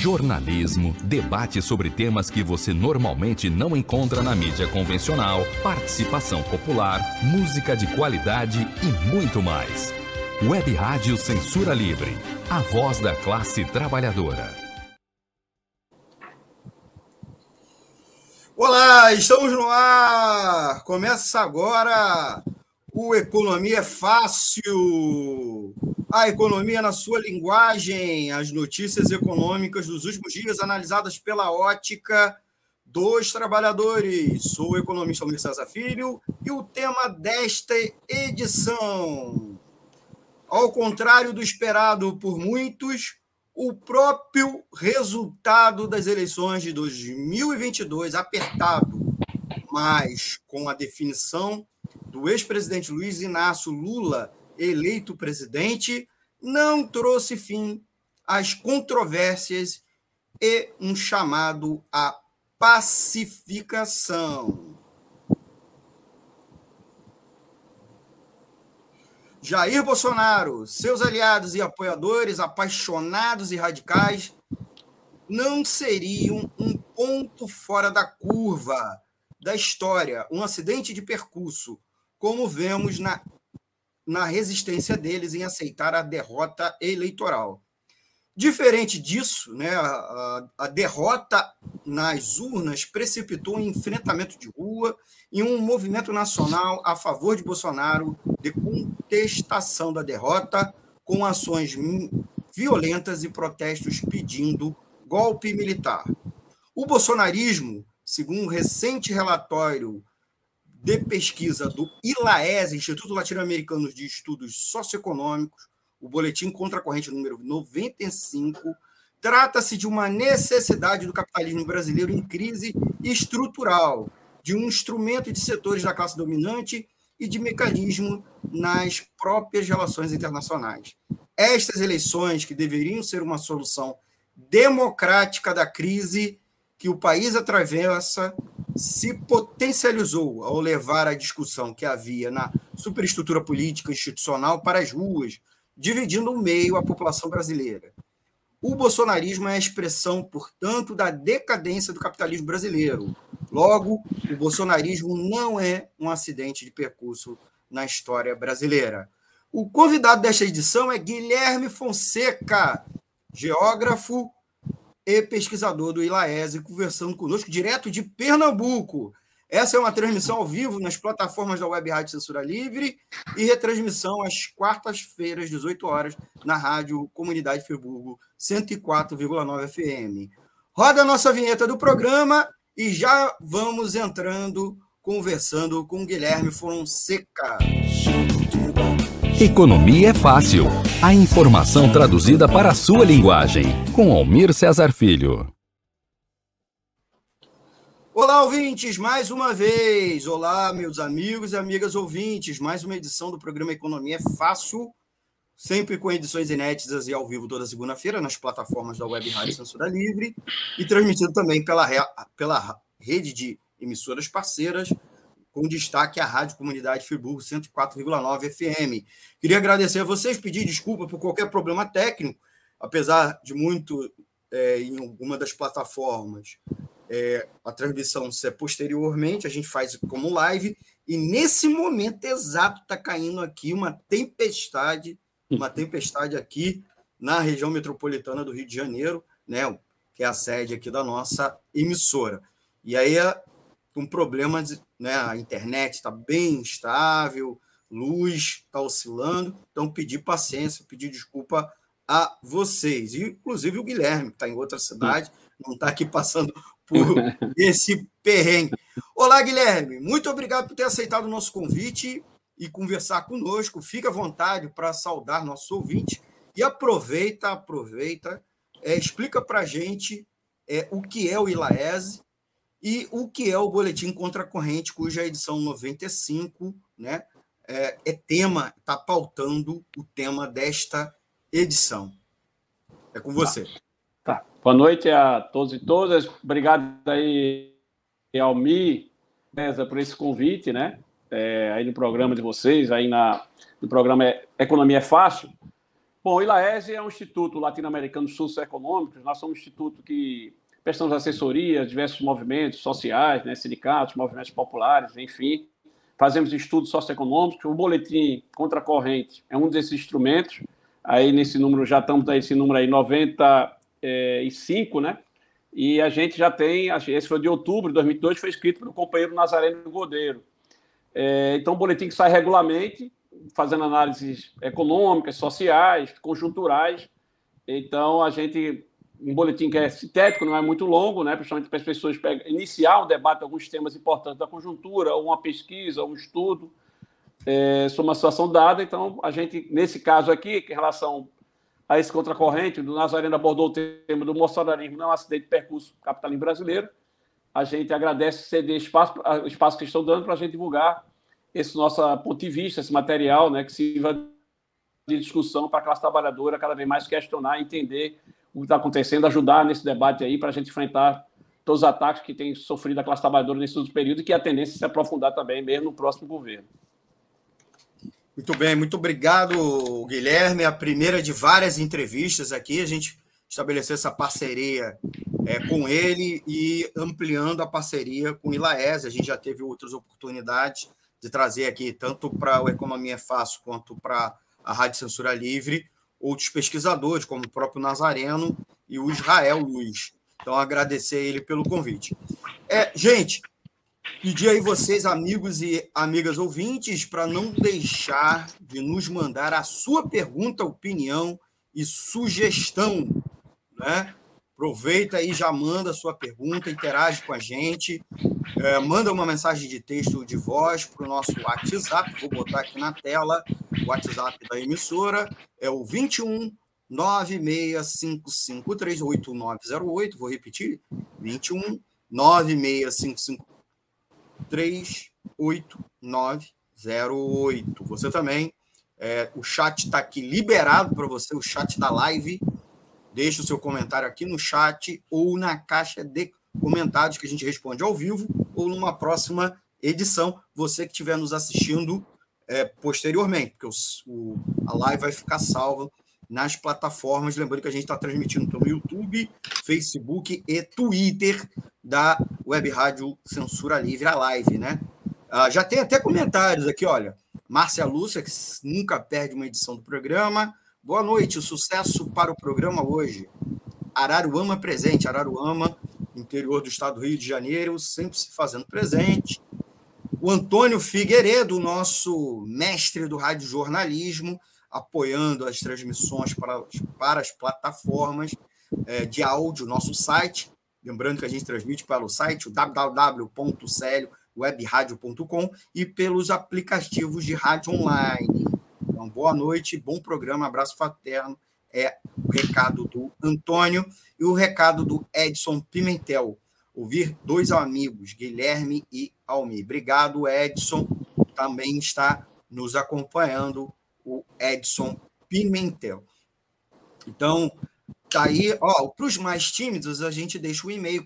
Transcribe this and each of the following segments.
Jornalismo, debate sobre temas que você normalmente não encontra na mídia convencional, participação popular, música de qualidade e muito mais. Web Rádio Censura Livre, a voz da classe trabalhadora. Olá, estamos no ar! Começa agora o Economia é Fácil. A economia na sua linguagem, as notícias econômicas dos últimos dias analisadas pela ótica dos trabalhadores. Sou o economista Almir César Filho e o tema desta edição, ao contrário do esperado por muitos, o próprio resultado das eleições de 2022, apertado, mas com a definição do ex-presidente Luiz Inácio Lula eleito presidente, não trouxe fim às controvérsias e um chamado à pacificação. Jair Bolsonaro, seus aliados e apoiadores apaixonados e radicais não seriam um ponto fora da curva da história, um acidente de percurso, como vemos na resistência deles em aceitar a derrota eleitoral. Diferente disso, né, a derrota nas urnas precipitou um enfrentamento de rua e um movimento nacional a favor de Bolsonaro de contestação da derrota, com ações violentas e protestos pedindo golpe militar. O bolsonarismo, segundo um recente relatório de pesquisa do ILAES, Instituto Latino-Americano de Estudos Socioeconômicos, o Boletim Contra a Corrente número 95, trata-se de uma necessidade do capitalismo brasileiro em crise estrutural, de um instrumento de setores da classe dominante e de mecanismo nas próprias relações internacionais. Estas eleições, que deveriam ser uma solução democrática da crise que o país atravessa, se potencializou ao levar a discussão que havia na superestrutura política e institucional para as ruas, dividindo o meio a população brasileira. O bolsonarismo é a expressão, portanto, da decadência do capitalismo brasileiro. Logo, o bolsonarismo não é um acidente de percurso na história brasileira. O convidado desta edição é Guilherme Fonseca, geógrafo e pesquisador do ILAES, conversando conosco direto de Pernambuco. Essa é uma transmissão ao vivo nas plataformas da Web Rádio Censura Livre e retransmissão às quartas-feiras, 18 horas, na Rádio Comunidade Friburgo, 104,9 FM. Roda a nossa vinheta do programa e já vamos entrando, conversando com Guilherme Fonseca. Economia é Fácil. A informação traduzida para a sua linguagem. Com Almir César Filho. Olá, ouvintes, mais uma vez. Olá, meus amigos e amigas ouvintes. Mais uma edição do programa Economia é Fácil, sempre com edições inéditas e ao vivo toda segunda-feira nas plataformas da Web Rádio Censura Livre e transmitido também pela rede de emissoras parceiras, com destaque à Rádio Comunidade Friburgo 104,9 FM. Queria agradecer a vocês, pedir desculpa por qualquer problema técnico, apesar de muito, em alguma das plataformas, a transmissão ser posteriormente, a gente faz como live, e nesse momento exato está caindo aqui uma tempestade aqui na região metropolitana do Rio de Janeiro, né, que é a sede aqui da nossa emissora. E aí um problema, né, a internet está bem instável, luz está oscilando, então pedir paciência, pedir desculpa a vocês, e inclusive o Guilherme, que está em outra cidade, não está aqui passando por esse perrengue. Olá, Guilherme, muito obrigado por ter aceitado o nosso convite e conversar conosco. Fica à vontade para saudar nossos ouvintes e aproveita, explica para a gente o que é o ILAES e o que é o Boletim Contra a Corrente, cuja edição 95, né, está pautando o tema desta edição. É com você. Tá. Boa noite a todos e todas. Obrigado aí, Almir, César, por esse convite, né? Aí no programa de vocês, aí no programa Economia é Fácil. Bom, o ILAESE é um instituto latino-americano socioeconômico. Nós somos um instituto que prestamos assessoria a diversos movimentos sociais, né, sindicatos, movimentos populares, enfim. Fazemos estudos socioeconômicos. O boletim Contra a Corrente é um desses instrumentos. Aí, nesse número, já estamos nesse número aí, 95, né? E a gente já tem, esse foi de outubro de 2002, foi escrito pelo companheiro Nazareno Godeiro. Então, um boletim que sai regularmente, fazendo análises econômicas, sociais, conjunturais. Então, um boletim que é sintético, não é muito longo, né? Principalmente para as pessoas iniciar um debate de alguns temas importantes da conjuntura, ou uma pesquisa, ou um estudo sobre uma situação dada. Então, a gente, nesse caso aqui, em relação a esse contracorrente, o Nazareno abordou o tema do bolsonarismo não é um acidente de percurso capitalismo brasileiro. A gente agradece ceder o espaço que estão dando para a gente divulgar esse nosso ponto de vista, esse material, né, que sirva de discussão para a classe trabalhadora cada vez mais questionar, entender o que está acontecendo, ajudar nesse debate aí para a gente enfrentar todos os ataques que tem sofrido a classe trabalhadora nesse último período e que a tendência é se aprofundar também mesmo no próximo governo. Muito bem, muito obrigado, Guilherme. A primeira de várias entrevistas aqui, a gente estabeleceu essa parceria com ele e ampliando a parceria com o ILAESE. A gente já teve outras oportunidades de trazer aqui, tanto para o Economia é Fácil quanto para a Rádio Censura Livre, outros pesquisadores, como o próprio Nazareno e o Israel Luiz. Então, agradecer a ele pelo convite. Gente, pedir aí vocês, amigos e amigas ouvintes, para não deixar de nos mandar a sua pergunta, opinião e sugestão, né? Aproveita aí, já manda a sua pergunta, interage com a gente, manda uma mensagem de texto ou de voz para o nosso WhatsApp, vou botar aqui na tela, o WhatsApp da emissora, é o 21 965538908, vou repetir, 21 965538908. Você também, o chat está aqui liberado para você, o chat da live. Deixe o seu comentário aqui no chat ou na caixa de comentários que a gente responde ao vivo ou numa próxima edição, você que estiver nos assistindo posteriormente, porque a live vai ficar salva nas plataformas. Lembrando que a gente está transmitindo pelo YouTube, Facebook e Twitter da Web Rádio Censura Livre, a live, né? Já tem até comentários aqui, olha. Márcia Lúcia, que nunca perde uma edição do programa. Boa noite, sucesso para o programa hoje. Araruama presente, Araruama, interior do estado do Rio de Janeiro, sempre se fazendo presente. O Antônio Figueiredo, nosso mestre do radiojornalismo, apoiando as transmissões para as plataformas de áudio, nosso site. Lembrando que a gente transmite pelo site www.celiowebradio.com e pelos aplicativos de rádio online. Então, boa noite, bom programa, abraço fraterno. É o recado do Antônio e o recado do Edson Pimentel. Ouvir dois amigos, Guilherme e Almir. Obrigado, Edson. Também está nos acompanhando o Edson Pimentel. Então, tá aí. Para os mais tímidos, a gente deixa o e-mail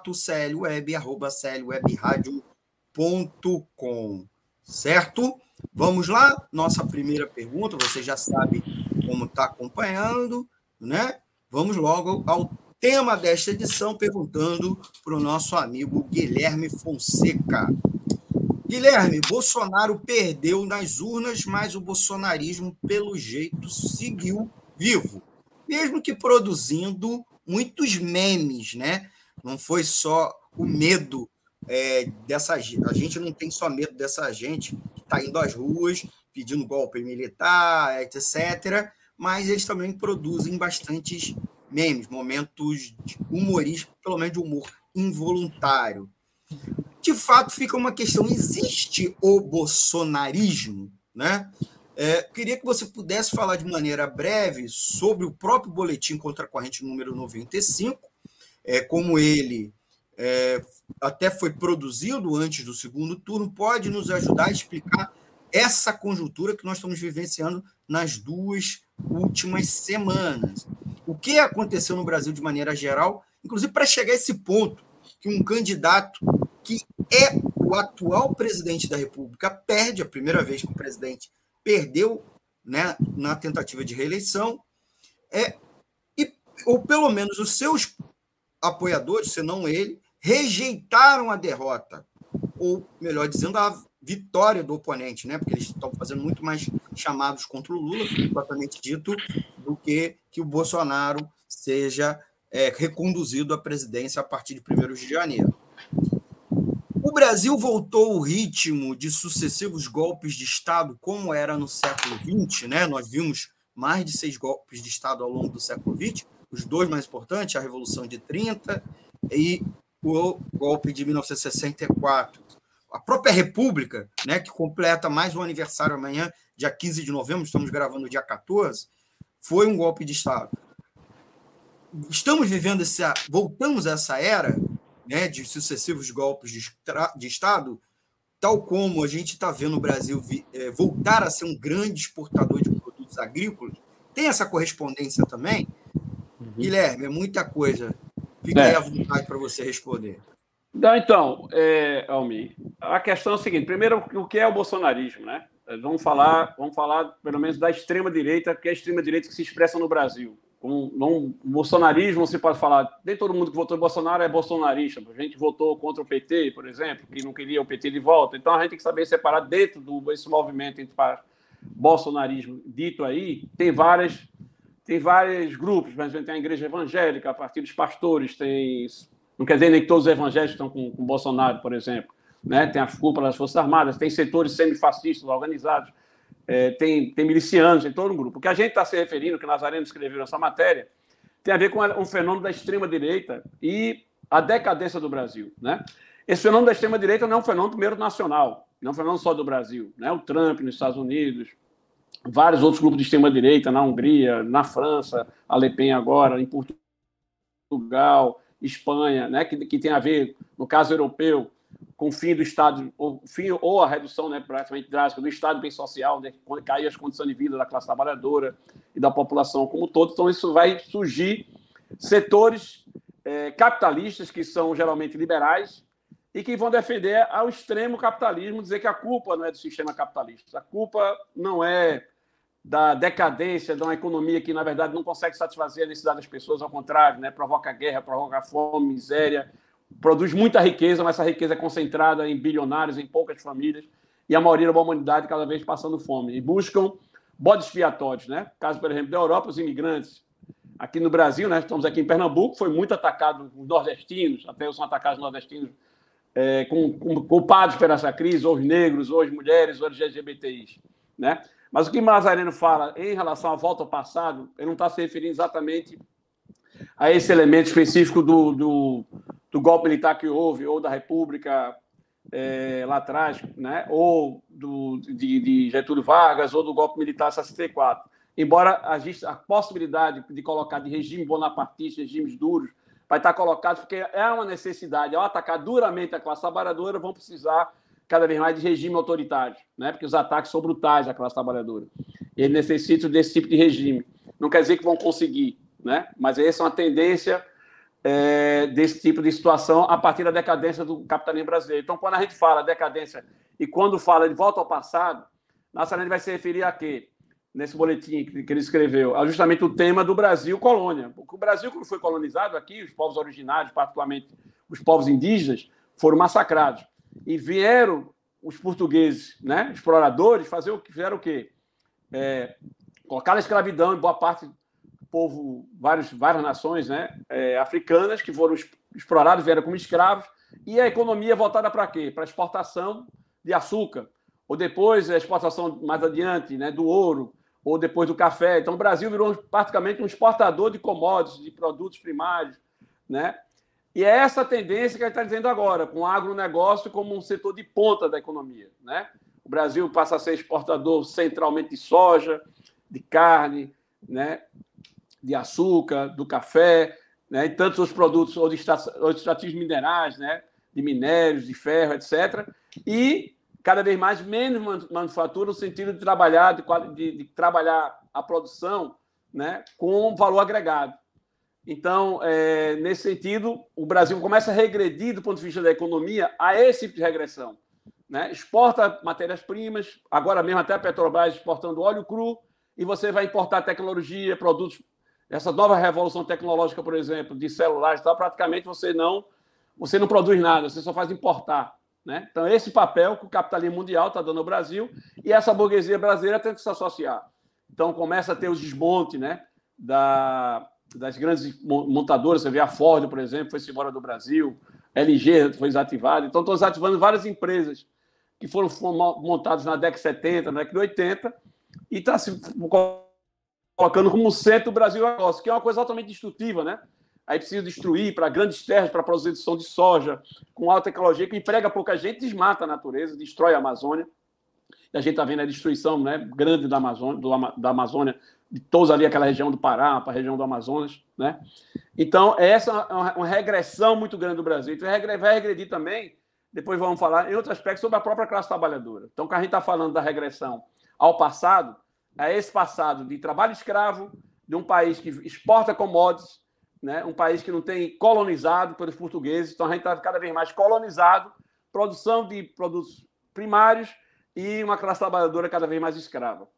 contato@celioweb@celiowebradio.com, certo? Vamos lá, nossa primeira pergunta, você já sabe como está acompanhando, né? Vamos logo ao tema desta edição, perguntando para o nosso amigo Guilherme Fonseca. Guilherme, Bolsonaro perdeu nas urnas, mas o bolsonarismo, pelo jeito, seguiu vivo, mesmo que produzindo muitos memes, né? Não foi só o medo a gente não tem só medo dessa gente que está indo às ruas pedindo golpe militar, etc., mas eles também produzem bastantes memes, momentos humorísticos, pelo menos de humor involuntário. De fato, fica uma questão, existe o bolsonarismo, né? Queria que você pudesse falar de maneira breve sobre o próprio boletim Contra a Corrente número 95, como ele até foi produzido antes do segundo turno, pode nos ajudar a explicar essa conjuntura que nós estamos vivenciando nas 2 últimas semanas. O que aconteceu no Brasil de maneira geral, inclusive para chegar a esse ponto, que um candidato que é o atual presidente da República perde, a primeira vez que o presidente perdeu né, na tentativa de reeleição, ou pelo menos os seus apoiadores, se não ele, rejeitaram a derrota, ou, melhor dizendo, a vitória do oponente, né? Porque eles estão fazendo muito mais chamados contra o Lula, propriamente dito, do que o Bolsonaro seja reconduzido à presidência a partir de 1º de janeiro. O Brasil voltou ao ritmo de sucessivos golpes de Estado, como era no século XX, né? Nós vimos mais de 6 golpes de Estado ao longo do século XX, os 2 mais importantes, a Revolução de 30 e o golpe de 1964. A própria República, né, que completa mais um aniversário amanhã, dia 15 de novembro, estamos gravando dia 14, foi um golpe de Estado. Voltamos a essa era, né, de sucessivos golpes de Estado, tal como a gente está vendo o Brasil voltar a ser um grande exportador de produtos agrícolas. Tem essa correspondência também? Guilherme, é muita coisa. Fica aí à vontade para você responder. Então, Almir, a questão é a seguinte: primeiro, o que é o bolsonarismo, né? Vamos falar pelo menos da extrema-direita, que é a extrema-direita que se expressa no Brasil. O bolsonarismo, você pode falar, nem todo mundo que votou em Bolsonaro é bolsonarista. A gente votou contra o PT, por exemplo, que não queria o PT de volta. Então, a gente tem que saber separar dentro desse movimento entre bolsonarismo dito aí, tem vários grupos. Por exemplo, tem a igreja evangélica, a partir dos pastores, não quer dizer nem que todos os evangélicos estão com Bolsonaro, por exemplo, né? Tem a cúpula das Forças Armadas, tem setores semifascistas organizados, tem milicianos, tem todo um grupo. O que a gente está se referindo, que o Nazareno escreveu nessa matéria, tem a ver com um fenômeno da extrema-direita e a decadência do Brasil, né? Esse fenômeno da extrema-direita não é um fenômeno, primeiro, nacional, não é um fenômeno só do Brasil, né? O Trump nos Estados Unidos, vários outros grupos de extrema-direita na Hungria, na França, a Le Pen agora, em Portugal, Espanha, né, que tem a ver, no caso europeu, com o fim do Estado, ou a redução, né, praticamente drástica do Estado bem social, né, quando cair as condições de vida da classe trabalhadora e da população como um todo. Então, isso vai surgir setores capitalistas, que são geralmente liberais, e que vão defender ao extremo o capitalismo, dizer que a culpa não é do sistema capitalista, a culpa não é da decadência de uma economia que, na verdade, não consegue satisfazer a necessidade das pessoas, ao contrário, né? Provoca guerra, provoca fome, miséria, produz muita riqueza, mas essa riqueza é concentrada em bilionários, em poucas famílias, e a maioria da humanidade cada vez passando fome. E buscam bodes expiatórios, né? Caso, por exemplo, da Europa, os imigrantes. Aqui no Brasil, né? Estamos aqui em Pernambuco, foi muito atacado os nordestinos, até são atacados os nordestinos culpados por essa crise, ou os negros, ou as mulheres, ou os LGBTIs, né? Mas o que Mazareno fala em relação à volta ao passado, ele não está se referindo exatamente a esse elemento específico do golpe militar que houve, ou da República lá atrás, né? Ou de Getúlio Vargas, ou do golpe militar 64. Embora a possibilidade de colocar de regime bonapartista, regimes duros, vai estar colocado, porque é uma necessidade. Ao atacar duramente a classe trabalhadora, vão precisar cada vez mais de regime autoritário, né? Porque os ataques são brutais à classe trabalhadora. Eles necessitam desse tipo de regime. Não quer dizer que vão conseguir, né? Mas essa é uma tendência desse tipo de situação a partir da decadência do capitalismo brasileiro. Então, quando a gente fala decadência e quando fala de volta ao passado, Nazareno vai se referir a quê? Nesse boletim que ele escreveu, é justamente o tema do Brasil colônia. Porque o Brasil, quando foi colonizado aqui, os povos originários, particularmente os povos indígenas, foram massacrados. E vieram os portugueses, né, exploradores, fizeram o quê? Colocar a escravidão em boa parte do povo, várias nações, né, africanas, que foram explorados, vieram como escravos, e a economia voltada para quê? Para a exportação de açúcar, ou depois a exportação mais adiante, né, do ouro, ou depois do café. Então, o Brasil virou praticamente um exportador de commodities, de produtos primários, né? E é essa tendência que a gente está dizendo agora, com o agronegócio como um setor de ponta da economia, né? O Brasil passa a ser exportador centralmente de soja, de carne, né? De açúcar, do café, né? E tantos outros produtos, ou de extrativos minerais, né? De minérios, de ferro, etc. E cada vez mais menos manufatura no sentido de trabalhar, de trabalhar a produção, né? Com valor agregado. Então, nesse sentido, o Brasil começa a regredir do ponto de vista da economia a esse tipo de regressão, né? Exporta matérias-primas, agora mesmo até a Petrobras exportando óleo cru, e você vai importar tecnologia, produtos. Essa nova revolução tecnológica, por exemplo, de celulares, tá, praticamente você não produz nada, você só faz importar. Né? Então, esse papel que o capitalismo mundial está dando ao Brasil, e essa burguesia brasileira tenta se associar. Então, começa a ter os desmontes, né, das grandes montadoras. Você vê a Ford, por exemplo, foi-se embora do Brasil, LG foi desativada. Então, estão desativando várias empresas que foram montadas na década de 70, na década de 80, e está se colocando como centro do Brasil agora, que é uma coisa altamente destrutiva, né? Aí precisa destruir para grandes terras, para produção de soja, com alta tecnologia, que emprega pouca gente, desmata a natureza, destrói a Amazônia. E a gente está vendo a destruição, né, grande da Amazônia, de todos ali, aquela região do Pará, para a região do Amazonas. Né? Então, essa é uma regressão muito grande do Brasil. Então, vai regredir também, depois vamos falar em outro aspecto, sobre a própria classe trabalhadora. Então, quando a gente está falando da regressão ao passado, é esse passado de trabalho escravo, de um país que exporta commodities, né? Um país que não tem colonizado pelos portugueses, então a gente está cada vez mais colonizado, produção de produtos primários e uma classe trabalhadora cada vez mais escrava.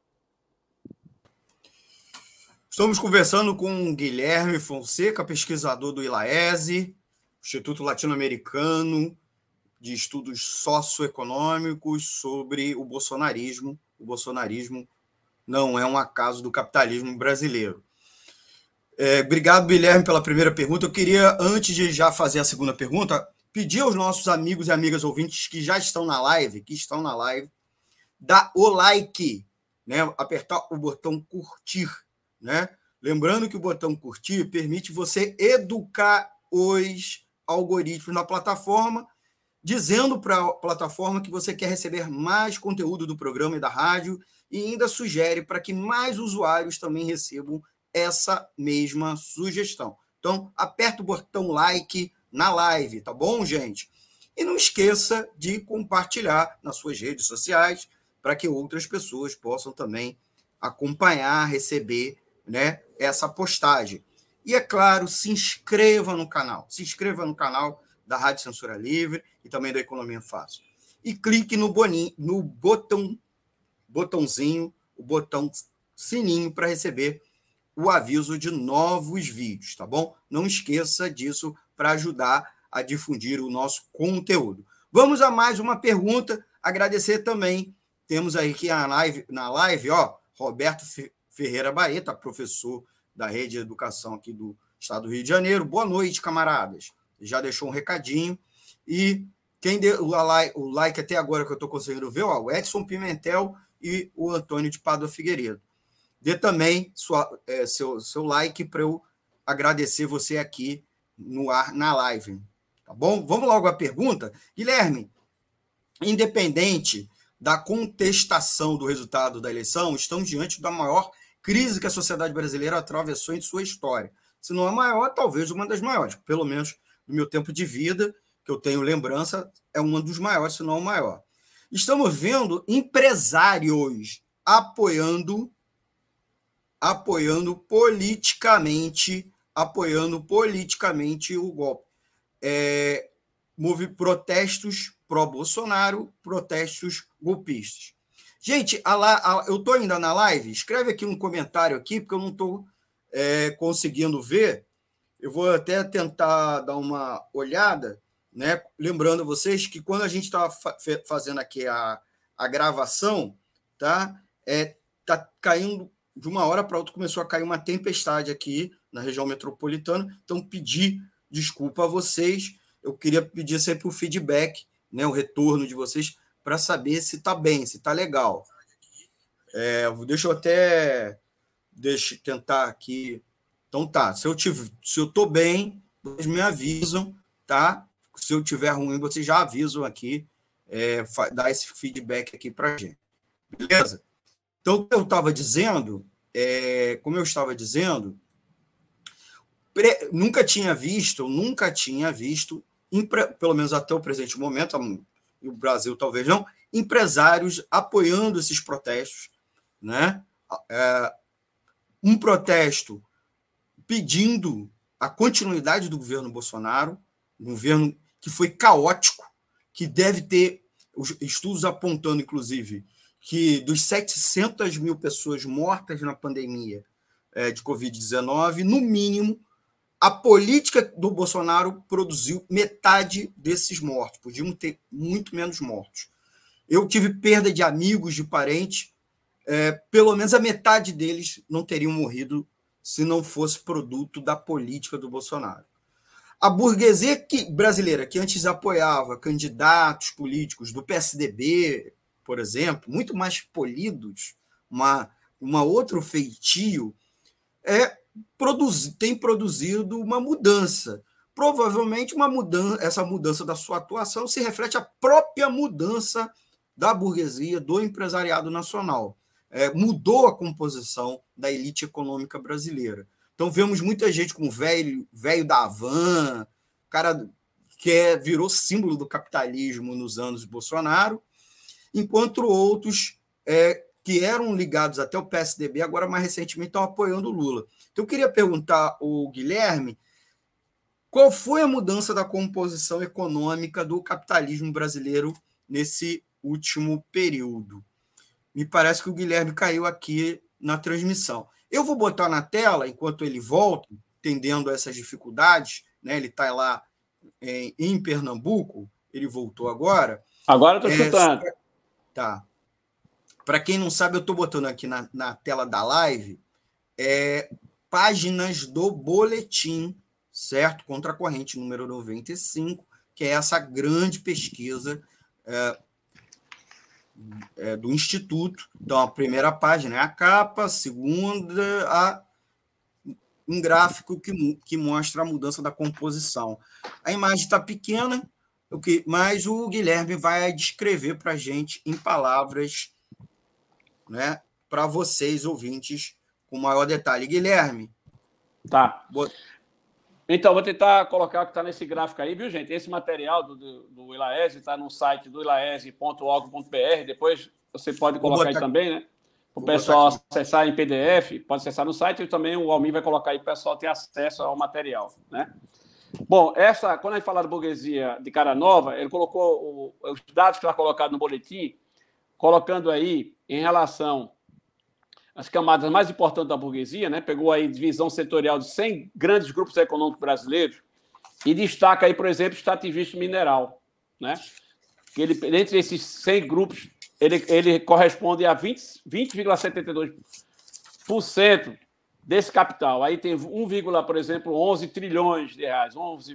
Estamos conversando com Guilherme Fonseca, pesquisador do ILAESE, Instituto Latino-Americano de Estudos Socioeconômicos, sobre o bolsonarismo. O bolsonarismo não é um acaso do capitalismo brasileiro. Obrigado, Guilherme, pela primeira pergunta. Eu queria, antes de já fazer a segunda pergunta, pedir aos nossos amigos e amigas ouvintes que já estão na live, dar o like, né? Apertar o botão curtir, né? Lembrando que o botão curtir permite você educar os algoritmos na plataforma, dizendo para a plataforma que você quer receber mais conteúdo do programa e da rádio, e ainda sugere para que mais usuários também recebam essa mesma sugestão. Então, aperta o botão like na live, tá bom, gente? E não esqueça de compartilhar nas suas redes sociais para que outras pessoas possam também acompanhar, receber, né, essa postagem. E, é claro, se inscreva no canal. Se inscreva no canal da Rádio Censura Livre e também da Economia Fácil. E clique no botãozinho, o botão sininho para receber o aviso de novos vídeos, tá bom? Não esqueça disso para ajudar a difundir o nosso conteúdo. Vamos a mais uma pergunta. Agradecer também. Temos aí aqui na live, ó, Roberto Ferreira Baeta, professor da Rede de Educação aqui do Estado do Rio de Janeiro. Boa noite, camaradas. Já deixou um recadinho. E quem deu o like até agora que eu estou conseguindo ver, ó, o Edson Pimentel e o Antônio de Pádua Figueiredo. Dê também seu like para eu agradecer você aqui no ar, na live. Tá bom? Vamos logo à pergunta. Guilherme, independente da contestação do resultado da eleição, estamos diante da maior crise que a sociedade brasileira atravessou em sua história. Se não a maior, talvez uma das maiores. Pelo menos no meu tempo de vida, que eu tenho lembrança, é um dos maiores, se não o maior. Estamos vendo empresários apoiando politicamente o golpe. Houve protestos pró-Bolsonaro, protestos golpistas. Gente, eu estou ainda na live, escreve aqui um comentário aqui, porque eu não estou conseguindo ver. Eu vou até tentar dar uma olhada, né? Lembrando vocês que quando a gente estava fazendo aqui a gravação, tá caindo de uma hora para outra, começou a cair uma tempestade aqui na região metropolitana. Então, pedi desculpa a vocês. Eu queria pedir sempre o feedback, né, o retorno de vocês, para saber se está bem, se está legal. Deixa eu tentar aqui. Então tá, se eu estou bem, vocês me avisam, tá? Se eu estiver ruim, vocês já avisam aqui, dá esse feedback aqui para a gente. Beleza? Então, como eu estava dizendo, nunca tinha visto, pelo menos até o presente momento, e o Brasil talvez não, empresários apoiando esses protestos, né? Um protesto pedindo a continuidade do governo Bolsonaro, um governo que foi caótico, que deve ter os estudos apontando, inclusive, que dos 700 mil pessoas mortas na pandemia de Covid-19, no mínimo, a política do Bolsonaro produziu metade desses mortos. Podíamos ter muito menos mortos. Eu tive perda de amigos, de parentes, pelo menos a metade deles não teriam morrido se não fosse produto da política do Bolsonaro. A burguesia brasileira, que antes apoiava candidatos políticos do PSDB, por exemplo, muito mais polidos, uma outro feitio, tem produzido uma mudança. Provavelmente essa mudança da sua atuação se reflete à própria mudança da burguesia, do empresariado nacional. Mudou a composição da elite econômica brasileira. Então, vemos muita gente como velho da Havan, cara que virou símbolo do capitalismo nos anos de Bolsonaro, enquanto outros que eram ligados até o PSDB, agora mais recentemente estão apoiando o Lula. Então, eu queria perguntar ao Guilherme qual foi a mudança da composição econômica do capitalismo brasileiro nesse último período. Me parece que o Guilherme caiu aqui na transmissão. Eu vou botar na tela, enquanto ele volta, entendendo essas dificuldades, né? Ele está lá em Pernambuco, ele voltou agora. Agora eu estou escutando. Tá. Para quem não sabe, eu estou botando aqui na tela da live páginas do boletim, certo? Contra a corrente número 95, que é essa grande pesquisa do Instituto. Então, a primeira página é a capa, a segunda, um gráfico que mostra a mudança da composição. A imagem está pequena, mas o Guilherme vai descrever para a gente em palavras, né, para vocês, ouvintes, com maior detalhe. Guilherme. Tá. Então, vou tentar colocar o que está nesse gráfico aí, viu, gente? Esse material do ILAESE está no site do ilaese.org.br. Depois você pode colocar aí também, né? O pessoal acessar em PDF, pode acessar no site, e também o Almir vai colocar aí para o pessoal ter acesso ao material, né? Bom, quando a gente fala da burguesia de cara nova, ele colocou os dados que está colocado no boletim, colocando aí em relação às camadas mais importantes da burguesia, né? Pegou aí divisão setorial de 100 grandes grupos econômicos brasileiros e destaca aí, por exemplo, o extrativismo mineral, né? Que entre esses 100 grupos, ele corresponde a 20,72% desse capital. Aí tem 11 trilhões de reais,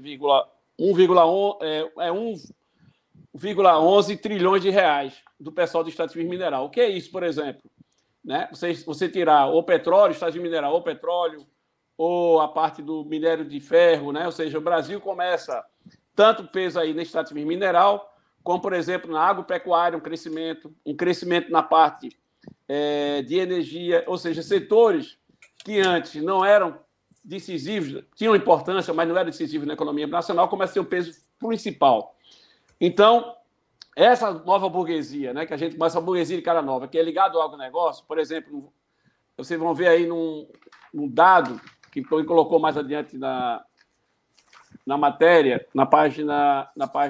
1,11 trilhões de reais do pessoal do extrativismo mineral. O que é isso, por exemplo? Né? Você tirar o petróleo, extrativismo mineral, ou petróleo, ou a parte do minério de ferro, né? Ou seja, o Brasil começa tanto peso aí no extrativismo mineral, como, por exemplo, na agropecuária, um crescimento na parte de energia, ou seja, setores que antes não eram decisivos, tinham importância, mas não eram decisivos na economia nacional, começa a ter o peso principal. Então, essa nova burguesia, né, que a gente chama essa burguesia de cara nova, que é ligado ao agronegócio, por exemplo, vocês vão ver aí num dado que ele colocou mais adiante na matéria, na página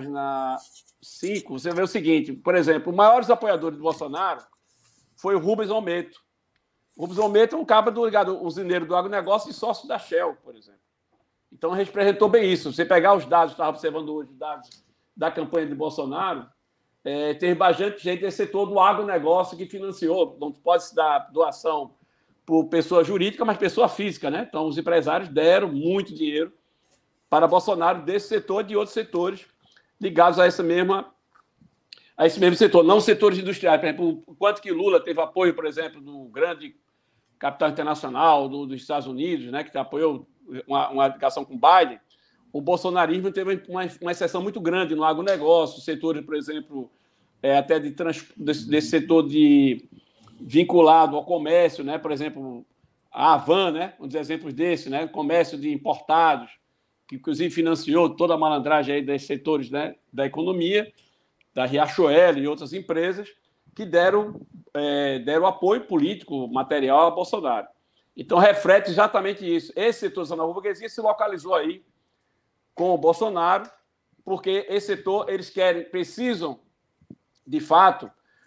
5, você vê o seguinte, por exemplo, os maiores apoiadores do Bolsonaro foi o Rubens Almeida. O Rubens Almeida é um cabra ligado usineiro do agronegócio e sócio da Shell, por exemplo. Então, representou bem isso. Você pegar os dados, estava observando hoje os dados da campanha de Bolsonaro, teve bastante gente desse setor do agronegócio que financiou. Não pode se dar doação por pessoa jurídica, mas pessoa física, né? Então, os empresários deram muito dinheiro para Bolsonaro desse setor e de outros setores ligados a esse mesmo setor, não setores industriais. Por exemplo, o quanto que Lula teve apoio, por exemplo, do grande capital internacional dos Estados Unidos, né, que apoiou uma ligação com Biden, o bolsonarismo teve uma exceção muito grande no agronegócio, setores, por exemplo, até desse setor vinculado ao comércio, né, por exemplo, a Havan, né, um dos exemplos desse, né, comércio de importados, que inclusive financiou toda a malandragem aí desses setores, né, da economia, da Riachuelo e outras empresas, que deram apoio político, material a Bolsonaro. Então, reflete exatamente isso. Esse setor da nova burguesia se localizou aí com o Bolsonaro, porque esse setor, precisam, de fato,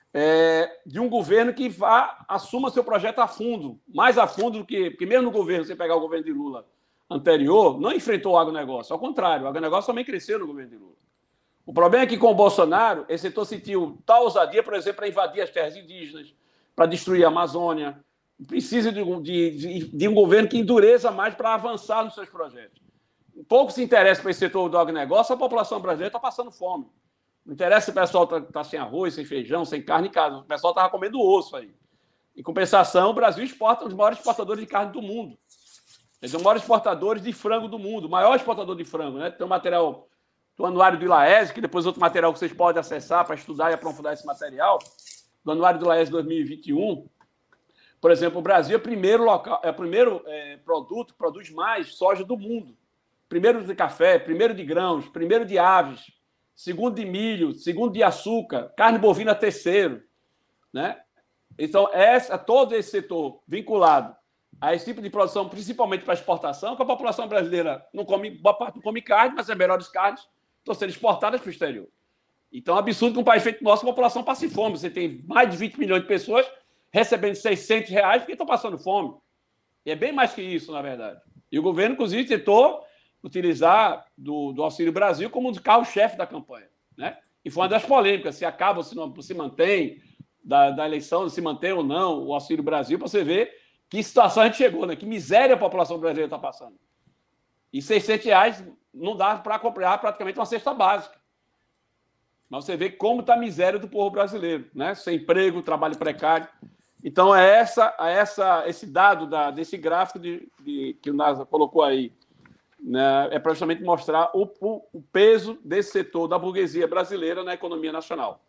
de um governo que assuma seu projeto a fundo, mais a fundo do que... Porque mesmo no governo, você pegar o governo de Lula anterior, não enfrentou o agronegócio. Ao contrário, o agronegócio também cresceu no governo de Lula. O problema é que com o Bolsonaro, esse setor sentiu tal ousadia, por exemplo, para invadir as terras indígenas, para destruir a Amazônia. Precisa de um governo que endureça mais para avançar nos seus projetos. Pouco se interessa para esse setor do agronegócio, a população brasileira está passando fome. Não interessa se o pessoal está sem arroz, sem feijão, sem carne em casa. O pessoal estava comendo osso aí. Em compensação, o Brasil exporta um dos maiores exportadores de carne do mundo. Eles são os maiores exportadores de frango do mundo, o maior exportador de frango, né? Tem um material do Anuário do ILAESE, que depois outro material que vocês podem acessar para estudar e aprofundar esse material, do Anuário do ILAESE 2021. Por exemplo, o Brasil é o primeiro produto que produz mais soja do mundo. Primeiro de café, primeiro de grãos, primeiro de aves, segundo de milho, segundo de açúcar, carne bovina terceiro, né? Então, todo esse setor vinculado a esse tipo de produção, principalmente para exportação, que a população brasileira boa parte não come carne, mas as melhores carnes estão sendo exportadas para o exterior. Então, é absurdo que um país feito nosso, a população passe fome. Você tem mais de 20 milhões de pessoas recebendo R$600 porque estão passando fome. E é bem mais que isso, na verdade. E o governo, inclusive, tentou utilizar do Auxílio Brasil como um dos carros-chefe da campanha, né? E foi uma das polêmicas, se acaba ou se mantém da eleição, se mantém ou não o Auxílio Brasil, para você ver que situação a gente chegou, né? Que miséria a população brasileira está passando. E R$600 não dá para comprar praticamente uma cesta básica. Mas você vê como está a miséria do povo brasileiro, né? Sem emprego, trabalho precário. Então, esse dado desse gráfico que o NASA colocou aí, né? É para justamente mostrar o peso desse setor da burguesia brasileira na economia nacional.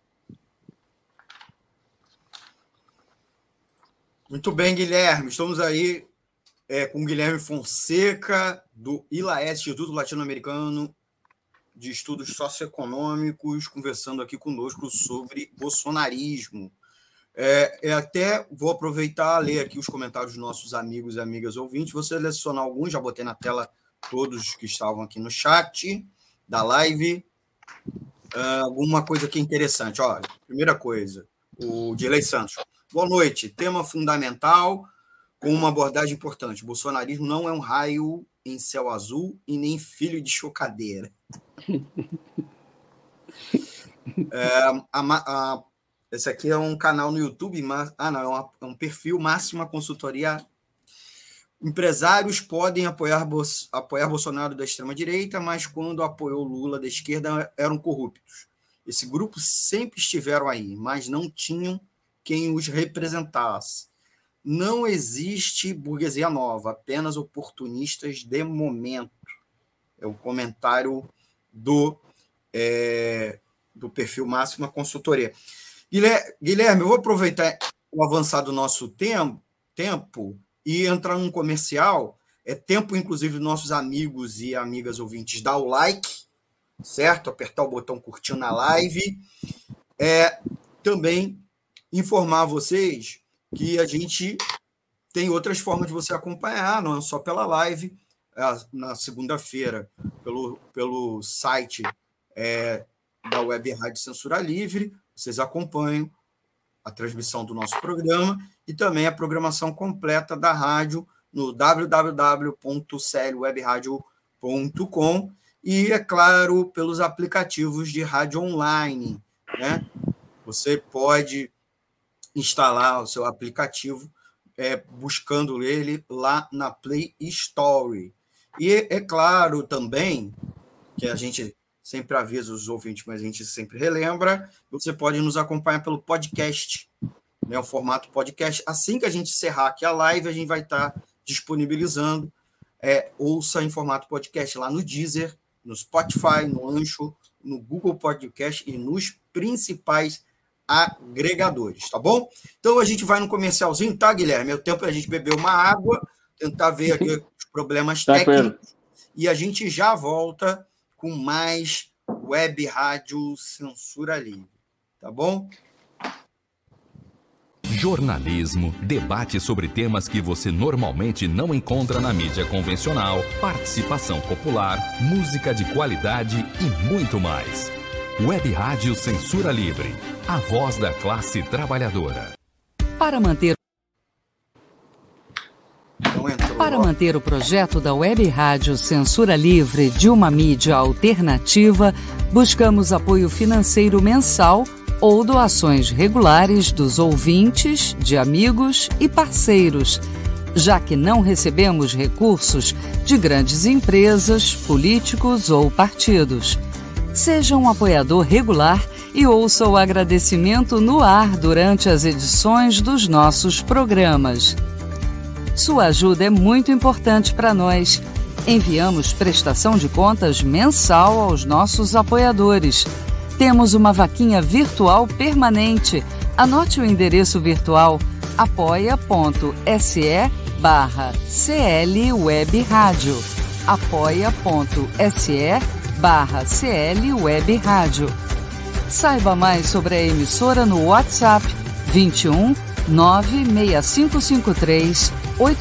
Muito bem, Guilherme. Estamos aí com o Guilherme Fonseca, do ILAESE, Instituto Latino-Americano de Estudos Socioeconômicos, conversando aqui conosco sobre bolsonarismo. Até vou aproveitar a ler aqui os comentários dos nossos amigos e amigas ouvintes. Vou selecionar alguns, já botei na tela todos que estavam aqui no chat da live. Alguma coisa aqui interessante. Olha, primeira coisa, o Dirley Santos. Boa noite. Tema fundamental com uma abordagem importante. Bolsonarismo não é um raio em céu azul e nem filho de chocadeira. Esse aqui é um canal no YouTube, é um perfil Máxima Consultoria. Empresários podem apoiar Bolsonaro da extrema-direita, mas quando apoiou Lula da esquerda eram corruptos. Esse grupo sempre estiveram aí, mas não tinham quem os representasse. Não existe burguesia nova, apenas oportunistas de momento. É o comentário do perfil Máxima Consultoria. Guilherme, eu vou aproveitar o avançar do nosso tempo e entrar num comercial. É tempo, inclusive, dos nossos amigos e amigas ouvintes dar o like, certo? Apertar o botão curtir na live. Também informar vocês que a gente tem outras formas de você acompanhar, não é só pela live, na segunda-feira, pelo site da Web Rádio Censura Livre, vocês acompanham a transmissão do nosso programa e também a programação completa da rádio no www.clwebradio.com e, é claro, pelos aplicativos de rádio online, né? Você pode instalar o seu aplicativo buscando ele lá na Play Store. E é claro também que a gente sempre avisa os ouvintes, mas a gente sempre relembra, você pode nos acompanhar pelo podcast, né, o formato podcast. Assim que a gente encerrar aqui a live, a gente vai estar disponibilizando, ouça em formato podcast lá no Deezer, no Spotify, no Ancho, no Google Podcast e nos principais agregadores, tá bom? Então a gente vai no comercialzinho, tá, Guilherme? É o tempo da gente beber uma água, tentar ver aqui os problemas técnicos, e a gente já volta com mais Web Rádio Censura Livre, tá bom? Jornalismo, debate sobre temas que você normalmente não encontra na mídia convencional, participação popular, música de qualidade e muito mais. Web Rádio Censura Livre, a voz da classe trabalhadora. Para manter o projeto da Web Rádio Censura Livre de uma mídia alternativa, buscamos apoio financeiro mensal ou doações regulares dos ouvintes, de amigos e parceiros, já que não recebemos recursos de grandes empresas, políticos ou partidos. Seja um apoiador regular e ouça o agradecimento no ar durante as edições dos nossos programas. Sua ajuda é muito importante para nós. Enviamos prestação de contas mensal aos nossos apoiadores. Temos uma vaquinha virtual permanente. Anote o endereço virtual apoia.se/CLWebRádio. apoia.se/CLWebRádio. Saiba mais sobre a emissora no WhatsApp 21 96553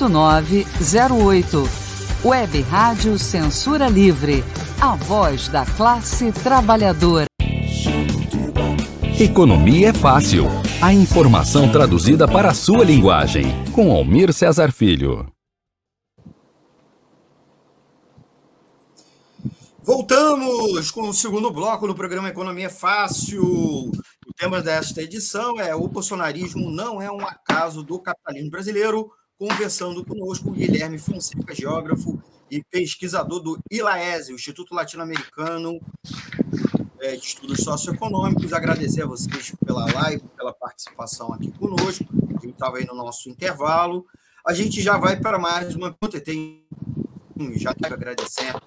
8908. Web Rádio Censura Livre, a voz da classe trabalhadora. Economia é fácil. A informação traduzida para a sua linguagem. Com Almir Cesar Filho. Voltamos com o segundo bloco do programa Economia é Fácil. O tema desta edição é: o bolsonarismo não é um acaso do capitalismo brasileiro. Conversando conosco, o Guilherme Fonseca, geógrafo e pesquisador do ILAESE, o Instituto Latino-Americano de Estudos Socioeconômicos. Agradecer a vocês pela live, pela participação aqui conosco. A gente estava aí no nosso intervalo. A gente já vai para mais uma pergunta. Já quero agradecendo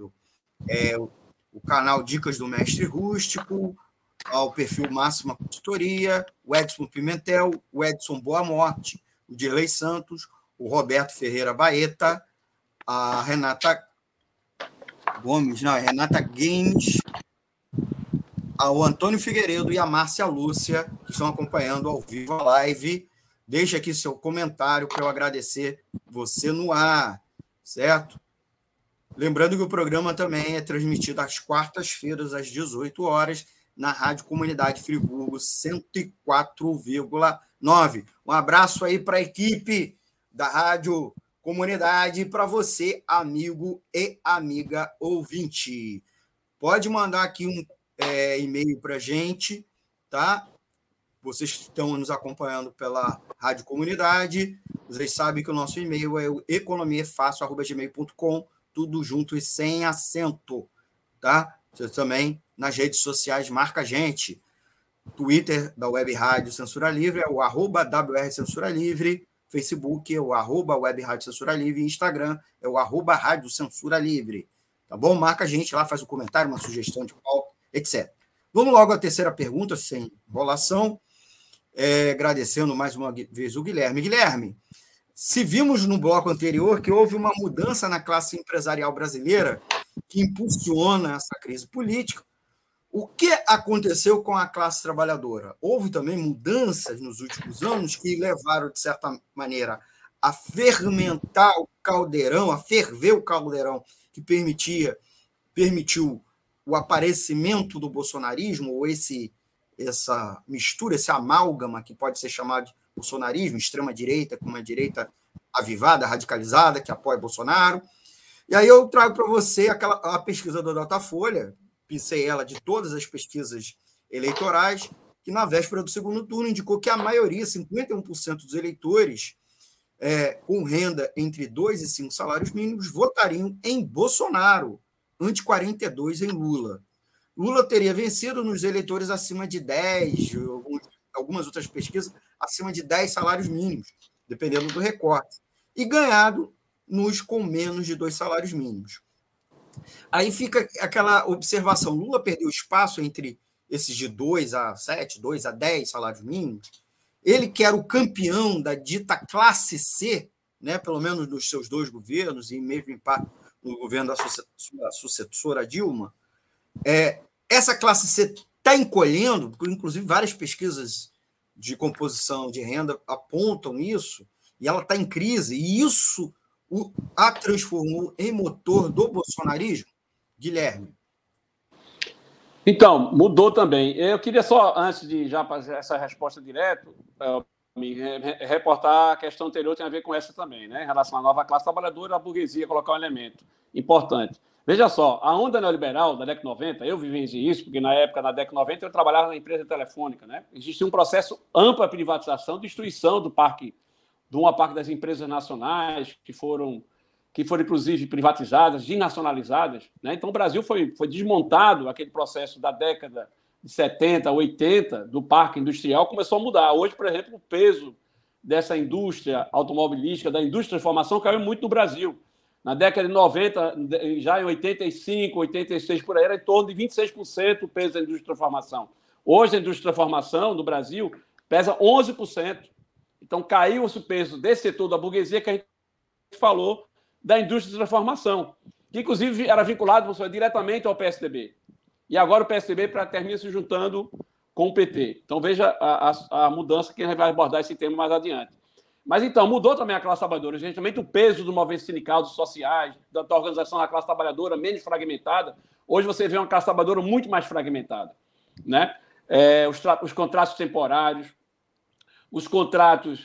o canal Dicas do Mestre Rústico, ao perfil Máxima Consultoria, o Edson Pimentel, o Edson Boa Morte, o Dirley Santos, o Roberto Ferreira Baeta, a Renata Gomes, Renata Games, ao Antônio Figueiredo e a Márcia Lúcia, que estão acompanhando ao vivo a live. Deixe aqui seu comentário para eu agradecer você no ar, certo? Lembrando que o programa também é transmitido às quartas-feiras, às 18 horas, na Rádio Comunidade Friburgo 104,9. Um abraço aí para a equipe da Rádio Comunidade e para você, amigo e amiga ouvinte. Pode mandar aqui um e-mail para a gente, tá? Vocês que estão nos acompanhando pela Rádio Comunidade, vocês sabem que o nosso e-mail é o economiafácil@gmail.com, tudo junto e sem acento, tá? Você também, nas redes sociais, marca a gente. Twitter da Web Rádio Censura Livre é o @WR Censura Livre, Facebook é o @Web Rádio Censura Livre, e Instagram é o @Rádio Censura Livre. Tá bom? Marca a gente lá, faz um comentário, uma sugestão de pauta, etc. Vamos logo à terceira pergunta, sem enrolação, agradecendo mais uma vez o Guilherme. Guilherme, se vimos no bloco anterior que houve uma mudança na classe empresarial brasileira que impulsiona essa crise política, o que aconteceu com a classe trabalhadora? Houve também mudanças nos últimos anos que levaram, de certa maneira, a fermentar o caldeirão, a ferver o caldeirão que permitiu o aparecimento do bolsonarismo, ou essa mistura, esse amálgama que pode ser chamado de bolsonarismo, extrema-direita, com uma direita avivada, radicalizada, que apoia Bolsonaro. E aí eu trago para você a pesquisa do Datafolha, pincei ela de todas as pesquisas eleitorais, que na véspera do segundo turno indicou que a maioria, 51% dos eleitores com renda entre 2 e 5 salários mínimos, votariam em Bolsonaro, ante 42% em Lula. Lula teria vencido nos eleitores acima de 10, algumas outras pesquisas, acima de 10 salários mínimos, dependendo do recorte, e ganhado nos com menos de 2 salários mínimos. Aí fica aquela observação: Lula perdeu espaço entre esses de 2 a 7, 2 a 10 salários mínimos. Ele, que era o campeão da dita classe C, né, pelo menos nos seus 2 governos, e mesmo em parte no governo da sua sucessora Dilma, essa classe C está encolhendo, inclusive várias pesquisas de composição de renda apontam isso, e ela está em crise, e isso a transformou em motor do bolsonarismo? Guilherme. Então, mudou também. Eu queria só, antes de já fazer essa resposta direto, me reportar a questão anterior, tem a ver com essa também, né? Em relação à nova classe trabalhadora, a burguesia, colocar um elemento importante. Veja só, a onda neoliberal da década de 90, eu vivenciei isso, porque na época, na década de 90, eu trabalhava na empresa telefônica, né? Existia um processo ampla de privatização, destruição do parque, de uma parte das empresas nacionais que foram inclusive privatizadas, desnacionalizadas, né? Então o Brasil foi desmontado, aquele processo da década de 70, 80, do parque industrial começou a mudar. Hoje, por exemplo, o peso dessa indústria automobilística, da indústria de formação, caiu muito no Brasil. Na década de 90, já em 85, 86, por aí, era em torno de 26% o peso da indústria de transformação. Hoje, a indústria de transformação no Brasil pesa 11%. Então, caiu o peso desse setor da burguesia que a gente falou da indústria de transformação, que, inclusive, era vinculado diretamente ao PSDB. E agora o PSDB termina se juntando com o PT. Então, veja a mudança que a gente vai abordar esse tema mais adiante. Mas, então, mudou também a classe trabalhadora. Evidentemente, o peso do movimento sindical, dos sociais, da organização da classe trabalhadora menos fragmentada. Hoje você vê uma classe trabalhadora muito mais fragmentada, né? Os contratos temporários, os contratos,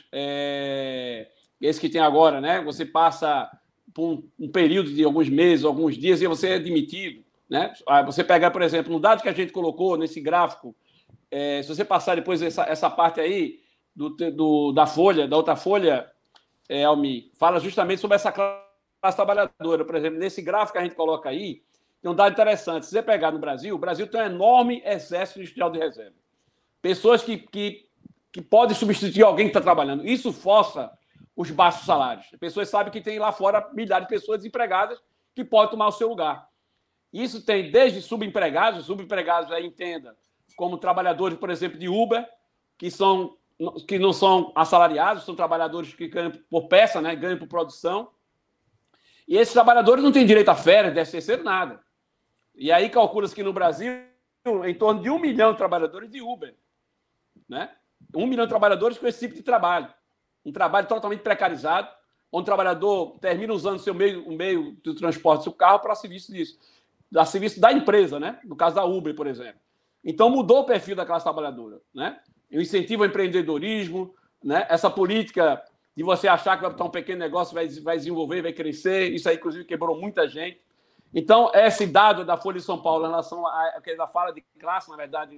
esses que tem agora, né? Você passa por um período de alguns meses, alguns dias, e você é demitido, né? Você pegar, por exemplo, no dado que a gente colocou nesse gráfico, se você passar depois essa parte aí da folha, da outra folha, Almi, fala justamente sobre essa classe trabalhadora. Por exemplo, nesse gráfico que a gente coloca aí, tem um dado interessante. Se você pegar no Brasil, o Brasil tem um enorme exército industrial de reserva. Pessoas que podem substituir alguém que está trabalhando. Isso força os baixos salários. As pessoas sabem que tem lá fora milhares de pessoas desempregadas que podem tomar o seu lugar. Isso tem desde subempregados aí entenda, como trabalhadores, por exemplo, de Uber, que não são assalariados, são trabalhadores que ganham por peça, né? Ganham por produção. E esses trabalhadores não têm direito a férias, terceiro, nada. E aí calcula-se que no Brasil, em torno de 1 milhão de trabalhadores de Uber, né? 1 milhão de trabalhadores com esse tipo de trabalho. Um trabalho totalmente precarizado, onde o trabalhador termina usando o meio do transporte do seu carro para serviço disso. A serviço da empresa, né? No caso da Uber, por exemplo. Então, mudou o perfil da classe trabalhadora, né? O incentivo ao empreendedorismo, né? Essa política de você achar que vai botar um pequeno negócio, vai desenvolver, vai crescer, isso aí, inclusive, quebrou muita gente. Então, esse dado da Folha de São Paulo em relação à fala de classe, na verdade,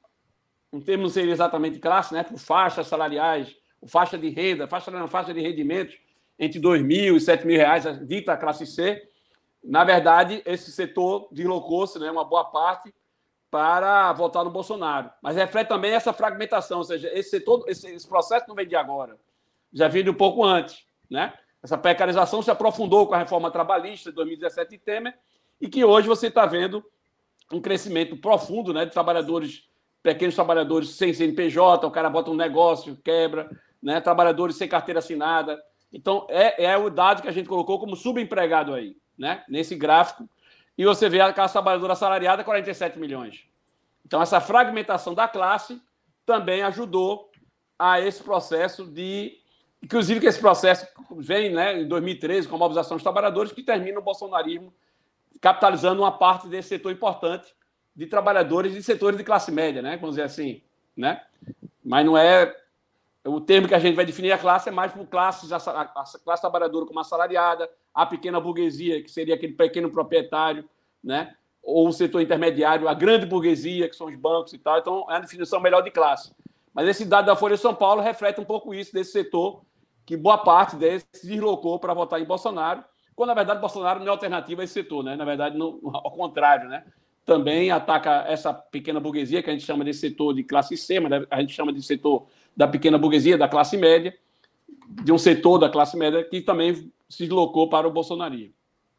um termo não seria exatamente classe, né? Por faixas salariais, faixa de renda, faixa de rendimentos entre R$2.000 e R$7.000, dita classe C. Na verdade, esse setor deslocou-se, né, uma boa parte para votar no Bolsonaro. Mas reflete também essa fragmentação, ou seja, esse setor, esse processo não vem de agora, já veio de um pouco antes, né? Essa precarização se aprofundou com a reforma trabalhista de 2017 de Temer e que hoje você está vendo um crescimento profundo, né, de trabalhadores, pequenos trabalhadores sem CNPJ, o cara bota um negócio, quebra, né, trabalhadores sem carteira assinada. Então, é o dado que a gente colocou como subempregado aí, né, nesse gráfico. E você vê a classe trabalhadora assalariada, 47 milhões. Então, essa fragmentação da classe também ajudou a esse processo de... Inclusive, que esse processo vem, né, em 2013, com a mobilização dos trabalhadores, que termina o bolsonarismo capitalizando uma parte desse setor importante de trabalhadores e setores de classe média, né, vamos dizer assim, né? Mas não é... O termo que a gente vai definir a classe é mais por classes, a classe trabalhadora como assalariada, a pequena burguesia, que seria aquele pequeno proprietário, né? Ou o setor intermediário, a grande burguesia, que são os bancos e tal. Então, é a definição melhor de classe. Mas esse dado da Folha de São Paulo reflete um pouco isso, desse setor, que boa parte desse se deslocou para votar em Bolsonaro, quando, na verdade, Bolsonaro não é alternativa a esse setor, né? Na verdade, não, ao contrário, né? Também ataca essa pequena burguesia, que a gente chama de setor de classe C, mas a gente chama de setor da pequena burguesia, da classe média, de um setor da classe média que também se deslocou para o bolsonarismo.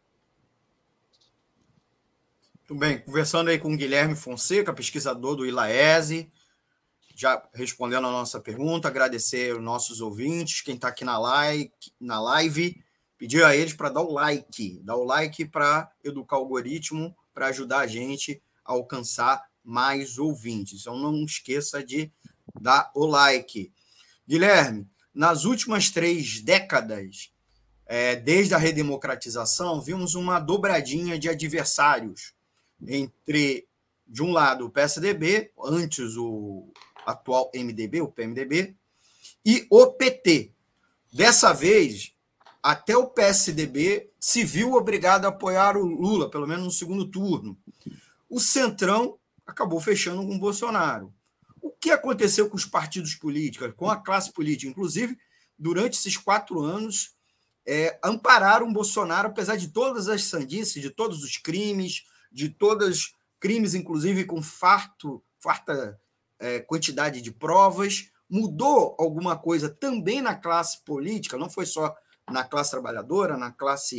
Muito bem, conversando aí com o Guilherme Fonseca, pesquisador do ILAESE, já respondendo a nossa pergunta, agradecer aos nossos ouvintes, quem está aqui na live, pedir a eles para dar o like para educar o algoritmo, para ajudar a gente a alcançar mais ouvintes. Então, não esqueça de dar o like. Guilherme, nas últimas 3 décadas, desde a redemocratização, vimos uma dobradinha de adversários entre De um lado, o PSDB, antes o atual MDB, o PMDB, e o PT. Dessa vez, até o PSDB se viu obrigado a apoiar o Lula, pelo menos no segundo turno. O Centrão acabou fechando com o Bolsonaro. O que aconteceu com os partidos políticos, com a classe política? Inclusive, durante esses 4 anos, ampararam o Bolsonaro, apesar de todas as sandices, de todos os crimes, de todos os crimes, inclusive com farta quantidade de provas. Mudou alguma coisa também na classe política, não foi só na classe trabalhadora, nas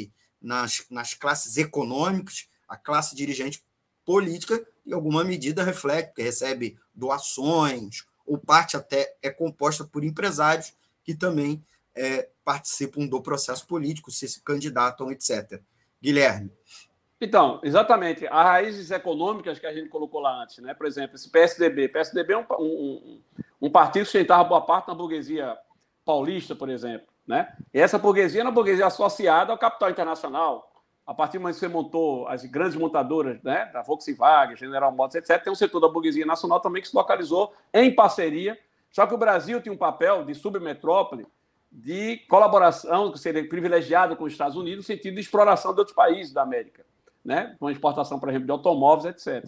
classes econômicas, a classe dirigente política, em alguma medida, reflete, porque recebe doações, ou parte até é composta por empresários que também participam do processo político, se candidatam, etc. Guilherme. Então, exatamente, as raízes econômicas que a gente colocou lá antes, né? Por exemplo, esse PSDB. PSDB é um partido que sustentava boa parte da burguesia paulista, por exemplo, né? E essa burguesia era uma burguesia associada ao capital internacional. A partir do momento que você montou as grandes montadoras, né, da Volkswagen, General Motors, etc., tem um setor da burguesia nacional também que se localizou em parceria. Só que o Brasil tinha um papel de submetrópole, de colaboração, que seria privilegiado com os Estados Unidos, no sentido de exploração de outros países da América, né, com a exportação, por exemplo, de automóveis, etc.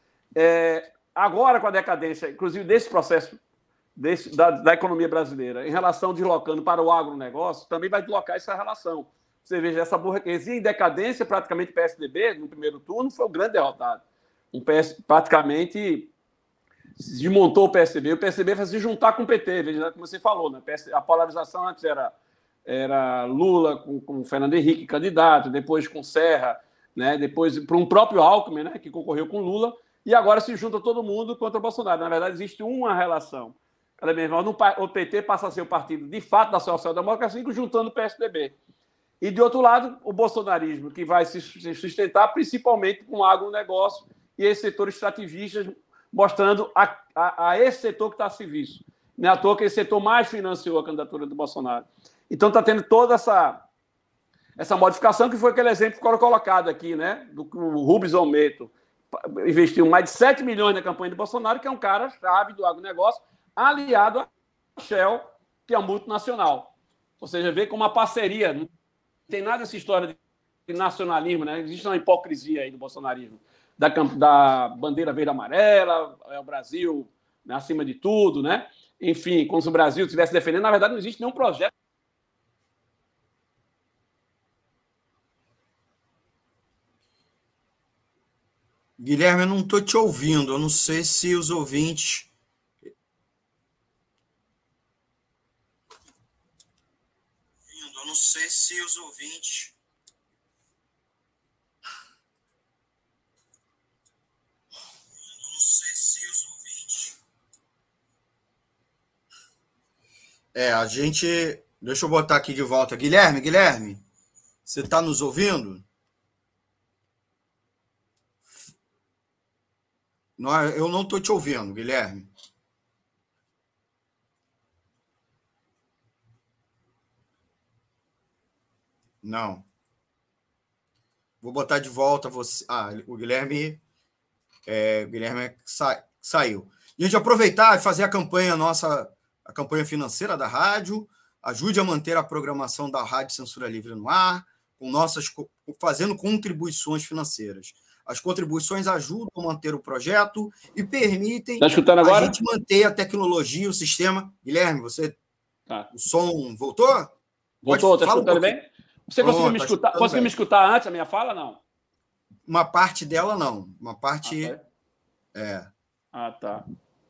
Agora, com a decadência, inclusive desse processo da economia brasileira, em relação deslocando para o agronegócio, também vai deslocar essa relação. Você veja, essa burguesia em decadência, praticamente o PSDB, no primeiro turno, foi o grande derrotado. Praticamente se desmontou o PSDB. O PSDB vai se juntar com o PT, veja como você falou, né? A polarização antes era Lula com Fernando Henrique candidato, depois com Serra, né? Depois para um próprio Alckmin, né? Que concorreu com Lula, e agora se junta todo mundo contra o Bolsonaro. Na verdade, existe uma relação. Cada vez mais, o PT passa a ser o partido, de fato, da social-democracia, juntando o PSDB. E, de outro lado, o bolsonarismo, que vai se sustentar principalmente com o agronegócio e esse setor extrativista, mostrando a esse setor que está a serviço. Não é à toa que esse setor mais financiou a candidatura do Bolsonaro. Então, está tendo toda essa modificação, que foi aquele exemplo que foi colocado aqui, né? Do que o Rubens Almeida investiu mais de 7 milhões na campanha do Bolsonaro, que é um cara chave do agronegócio, aliado à Shell, que é um multinacional. Ou seja, vê como uma parceria. Não tem nada dessa história de nacionalismo, né? Existe uma hipocrisia aí do bolsonarismo. Da bandeira verde e amarela, é o Brasil, né, acima de tudo, né? Enfim, como se o Brasil estivesse defendendo. Na verdade, não existe nenhum projeto. Guilherme, eu não estou te ouvindo. Eu não sei se os ouvintes... Eu não sei se os ouvintes... a gente... Deixa eu botar aqui de volta. Guilherme, você está nos ouvindo? Não, eu não estou te ouvindo, Guilherme. Não. Vou botar de volta você. O Guilherme saiu. E a gente aproveitar e fazer a campanha nossa, a campanha financeira da rádio. Ajude a manter a programação da Rádio Censura Livre no ar, fazendo contribuições financeiras. As contribuições ajudam a manter o projeto e permitem a gente manter a tecnologia, o sistema. Guilherme, você... O som voltou? Voltou, está escutando bem? Você conseguiu me escutar antes a minha fala, não? Uma parte dela, não. Uma parte... tá.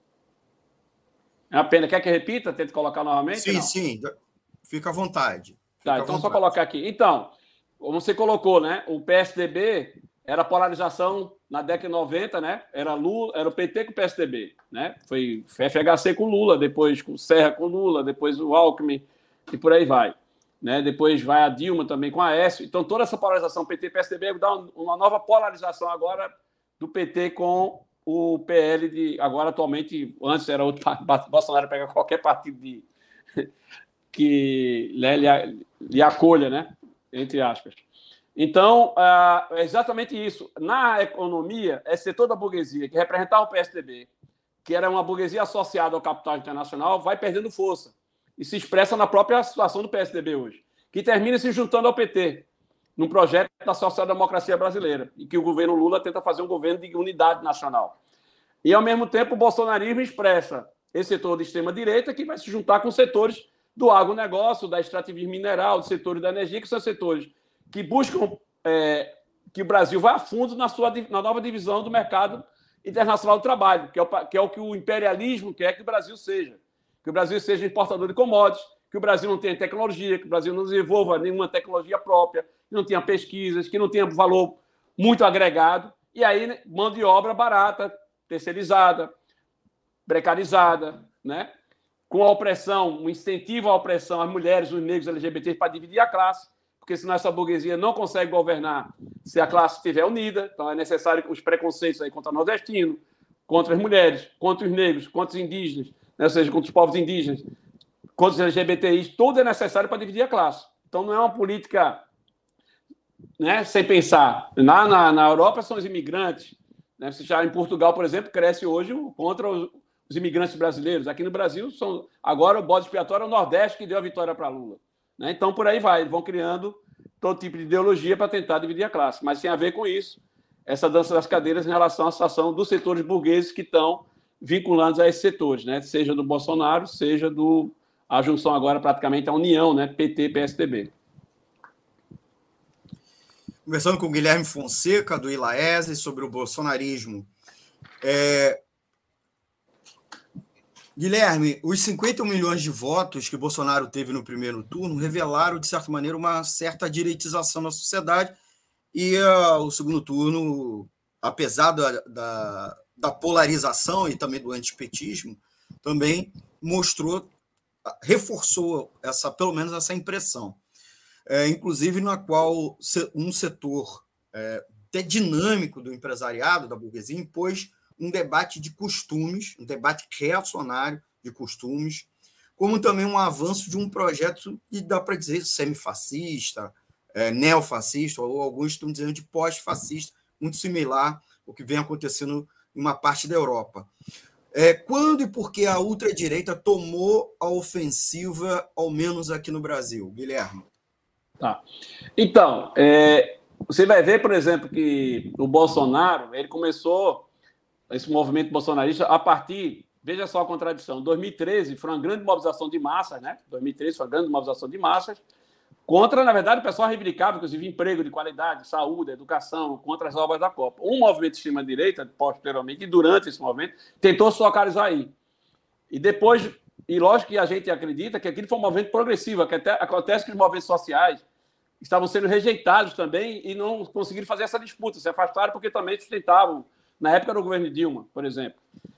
É uma pena. Quer que eu repita? Tente colocar novamente? Sim. Fica à vontade. Então só colocar aqui. Então, como você colocou, né? O PSDB era polarização na década de 90, né? Era Lula, era o PT com o PSDB, né? Foi FHC com Lula, depois com Serra com Lula, depois o Alckmin e por aí vai. Né? Depois vai a Dilma também com a Aécio. Então, toda essa polarização PT-PSDB dá uma nova polarização agora do PT com o PL agora, atualmente, antes era outro, Bolsonaro pega qualquer partido que lhe acolha, né? Entre aspas. Então, é exatamente isso. Na economia, é setor da burguesia, que representava o PSDB, que era uma burguesia associada ao capital internacional, vai perdendo força. E se expressa na própria situação do PSDB hoje, que termina se juntando ao PT, num projeto da social-democracia brasileira, e que o governo Lula tenta fazer um governo de unidade nacional. E, ao mesmo tempo, o bolsonarismo expressa esse setor de extrema-direita que vai se juntar com setores do agronegócio, da extrativismo mineral, dos setores da energia, que são setores que buscam que o Brasil vá a fundo na nova divisão do mercado internacional do trabalho, que é o que o imperialismo quer que o Brasil seja. Que o Brasil seja importador de commodities, que o Brasil não tenha tecnologia, que o Brasil não desenvolva nenhuma tecnologia própria, que não tenha pesquisas, que não tenha valor muito agregado, e aí mão de obra barata, terceirizada, precarizada, né? Com a opressão, um incentivo à opressão às mulheres, os negros, LGBT, para dividir a classe, porque senão essa burguesia não consegue governar se a classe estiver unida. Então é necessário os preconceitos aí contra o nordestino, contra as mulheres, contra os negros, contra os indígenas, né? Ou seja, contra os povos indígenas, contra os LGBTIs, tudo é necessário para dividir a classe. Então não é uma política, né, sem pensar. Na Europa são os imigrantes, né? Já em Portugal, por exemplo, cresce hoje contra os imigrantes brasileiros. Aqui no Brasil, agora o bode expiatório é o Nordeste que deu a vitória para Lula. Né? Então, por aí vai. Eles vão criando todo tipo de ideologia para tentar dividir a classe. Mas tem a ver com isso, essa dança das cadeiras em relação à situação dos setores burgueses que estão vinculados a esses setores, né? Seja do Bolsonaro, seja a junção agora praticamente a união, né? PT-PSDB. Conversando com o Guilherme Fonseca, do ILAESE, sobre o bolsonarismo. Guilherme, os 51 milhões de votos que Bolsonaro teve no primeiro turno revelaram, de certa maneira, uma certa direitização na sociedade e o segundo turno, apesar da polarização e também do antipetismo, também reforçou pelo menos essa impressão. Inclusive na qual um setor até dinâmico do empresariado, da burguesia, impôs um debate de costumes, um debate reacionário de costumes, como também um avanço de um projeto que dá para dizer semifascista, neofascista, ou alguns estão dizendo de pós-fascista, muito similar ao que vem acontecendo em uma parte da Europa. Quando e por que a ultradireita tomou a ofensiva, ao menos aqui no Brasil, Guilherme? Tá. Então, você vai ver, por exemplo, que o Bolsonaro, ele começou esse movimento bolsonarista a partir, veja só a contradição, 2013 foi uma grande mobilização de massas, né? 2013 foi uma grande mobilização de massas contra, na verdade, o pessoal reivindicava, inclusive, emprego de qualidade, saúde, educação, contra as obras da Copa. Um movimento de extrema-direita, posteriormente, e durante esse movimento, tentou se localizar aí. E depois, e lógico que a gente acredita que aquilo foi um movimento progressivo, que até acontece que os movimentos sociais estavam sendo rejeitados também e não conseguiram fazer essa disputa, se afastaram porque também sustentavam, na época do governo de Dilma, por exemplo.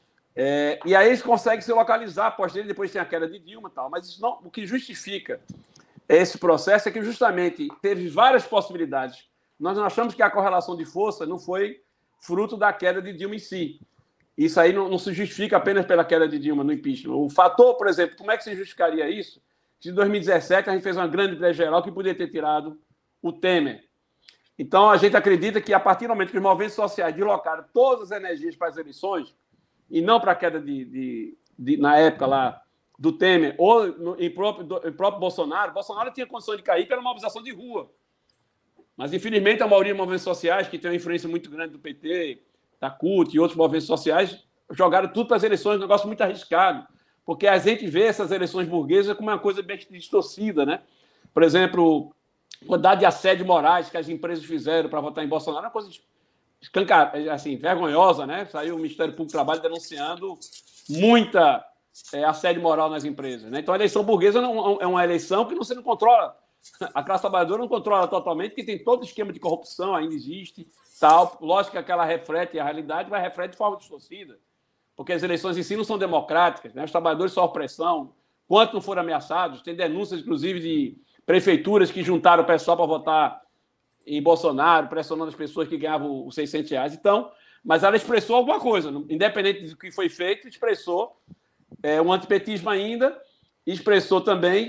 E aí eles conseguem se localizar após dele, depois tem a queda de Dilma e tal, mas isso não, o que justifica esse processo é que justamente teve várias possibilidades. Nós achamos que a correlação de força não foi fruto da queda de Dilma em si. Isso aí não se justifica apenas pela queda de Dilma no impeachment. O fator, por exemplo, como é que se justificaria isso? Se em 2017 a gente fez uma grande greve geral que poderia ter tirado o Temer. Então, a gente acredita que, a partir do momento que os movimentos sociais deslocaram todas as energias para as eleições, e não para a queda na época lá, do Temer, ou em próprio Bolsonaro tinha condição de cair pela mobilização de rua. Mas, infelizmente, a maioria dos movimentos sociais, que tem uma influência muito grande do PT, da CUT e outros movimentos sociais, jogaram tudo para as eleições, um negócio muito arriscado, porque a gente vê essas eleições burguesas como uma coisa bem distorcida, né? Por exemplo, a quantidade de assédio morais que as empresas fizeram para votar em Bolsonaro é uma coisa assim, vergonhosa, né? Saiu o Ministério Público do Trabalho denunciando muita assédio moral nas empresas, né? Então, a eleição burguesa é uma eleição que você não controla. A classe trabalhadora não controla totalmente, porque tem todo o esquema de corrupção, ainda existe, tal. Lógico que aquela reflete a realidade, mas reflete de forma distorcida, porque as eleições em si não são democráticas, né? Os trabalhadores sofrem pressão, quanto não foram ameaçados. Tem denúncias, inclusive, de prefeituras que juntaram o pessoal para votar em Bolsonaro, pressionando as pessoas que ganhavam os R$600. Então, mas ela expressou alguma coisa, independente do que foi feito, expressou um antipetismo ainda, expressou também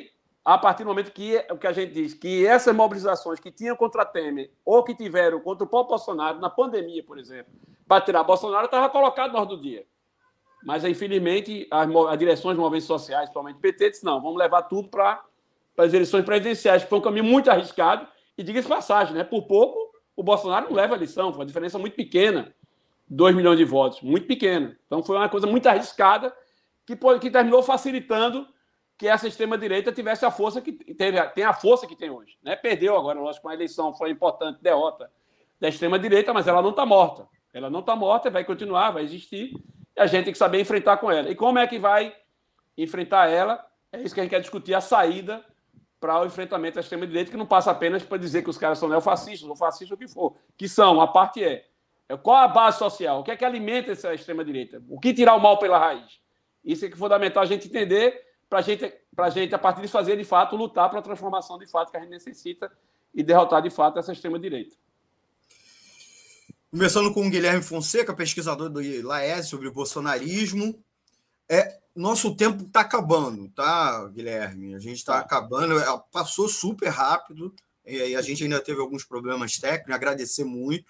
a partir do momento que o que a gente diz, que essas mobilizações que tinham contra Temer ou que tiveram contra o próprio Bolsonaro, na pandemia, por exemplo, para tirar Bolsonaro, estava colocado na ordem do dia. Mas, infelizmente, as direções de movimentos sociais, principalmente o PT, disse, não, vamos levar tudo para as eleições presidenciais, que foi um caminho muito arriscado, e diga-se passagem, né? Por pouco, o Bolsonaro não leva a eleição, foi uma diferença muito pequena, 2 milhões de votos, muito pequena. Então, foi uma coisa muito arriscada, que terminou facilitando que essa extrema-direita tivesse a força que tem a força que tem hoje. Né? Perdeu agora, lógico, com a eleição, foi importante, derrota da extrema-direita, mas ela não está morta. Ela não está morta, vai continuar, vai existir, e a gente tem que saber enfrentar com ela. E como é que vai enfrentar ela? É isso que a gente quer discutir, a saída para o enfrentamento da extrema-direita, que não passa apenas para dizer que os caras são neofascistas, ou fascistas, o que for. Que são, a parte qual a base social? O que é que alimenta essa extrema-direita? O que tirar o mal pela raiz? Isso é que é fundamental a gente entender, para a gente, a partir disso, fazer, de fato, lutar para a transformação, de fato, que a gente necessita e derrotar, de fato, essa extrema-direita. Conversando com o Guilherme Fonseca, pesquisador do Laes sobre o bolsonarismo. Nosso tempo está acabando, tá, Guilherme? A gente está acabando. Passou super rápido e a gente ainda teve alguns problemas técnicos. Agradecer muito.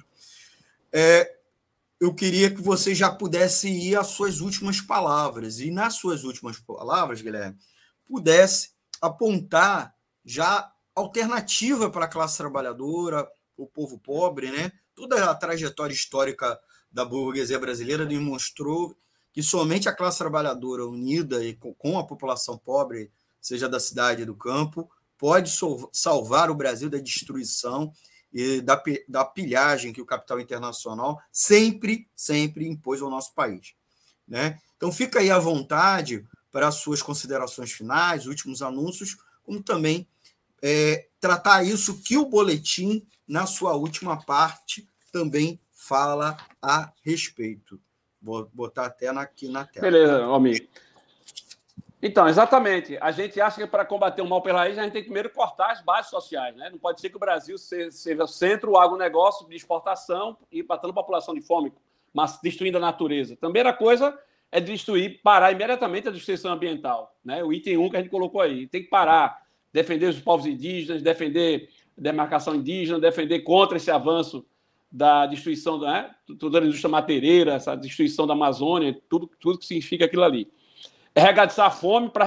Eu queria que você já pudesse ir às suas últimas palavras. E nas suas últimas palavras, Guilherme, pudesse apontar já alternativa para a classe trabalhadora, o povo pobre, né? Toda a trajetória histórica da burguesia brasileira demonstrou que somente a classe trabalhadora unida e com a população pobre, seja da cidade e do campo, pode salvar o Brasil da destruição e da pilhagem que o capital internacional sempre impôs ao nosso país. Né? Então, fica aí à vontade para as suas considerações finais, últimos anúncios, como também tratar isso que o boletim, na sua última parte, também fala a respeito. Vou botar até aqui na tela. Beleza, Almir. Então, exatamente. A gente acha que para combater o mal pela raiz, a gente tem que primeiro cortar as bases sociais. Né? Não pode ser que o Brasil seja o centro, o agronegócio de exportação e matando a população de fome, mas destruindo a natureza. A primeira coisa é parar imediatamente a destruição ambiental. Né? O item 1 que a gente colocou aí. Tem que parar, defender os povos indígenas, defender a demarcação indígena, defender contra esse avanço da destruição, né? Toda a indústria madeireira, essa destruição da Amazônia, tudo que significa aquilo ali. Erradicar a fome, para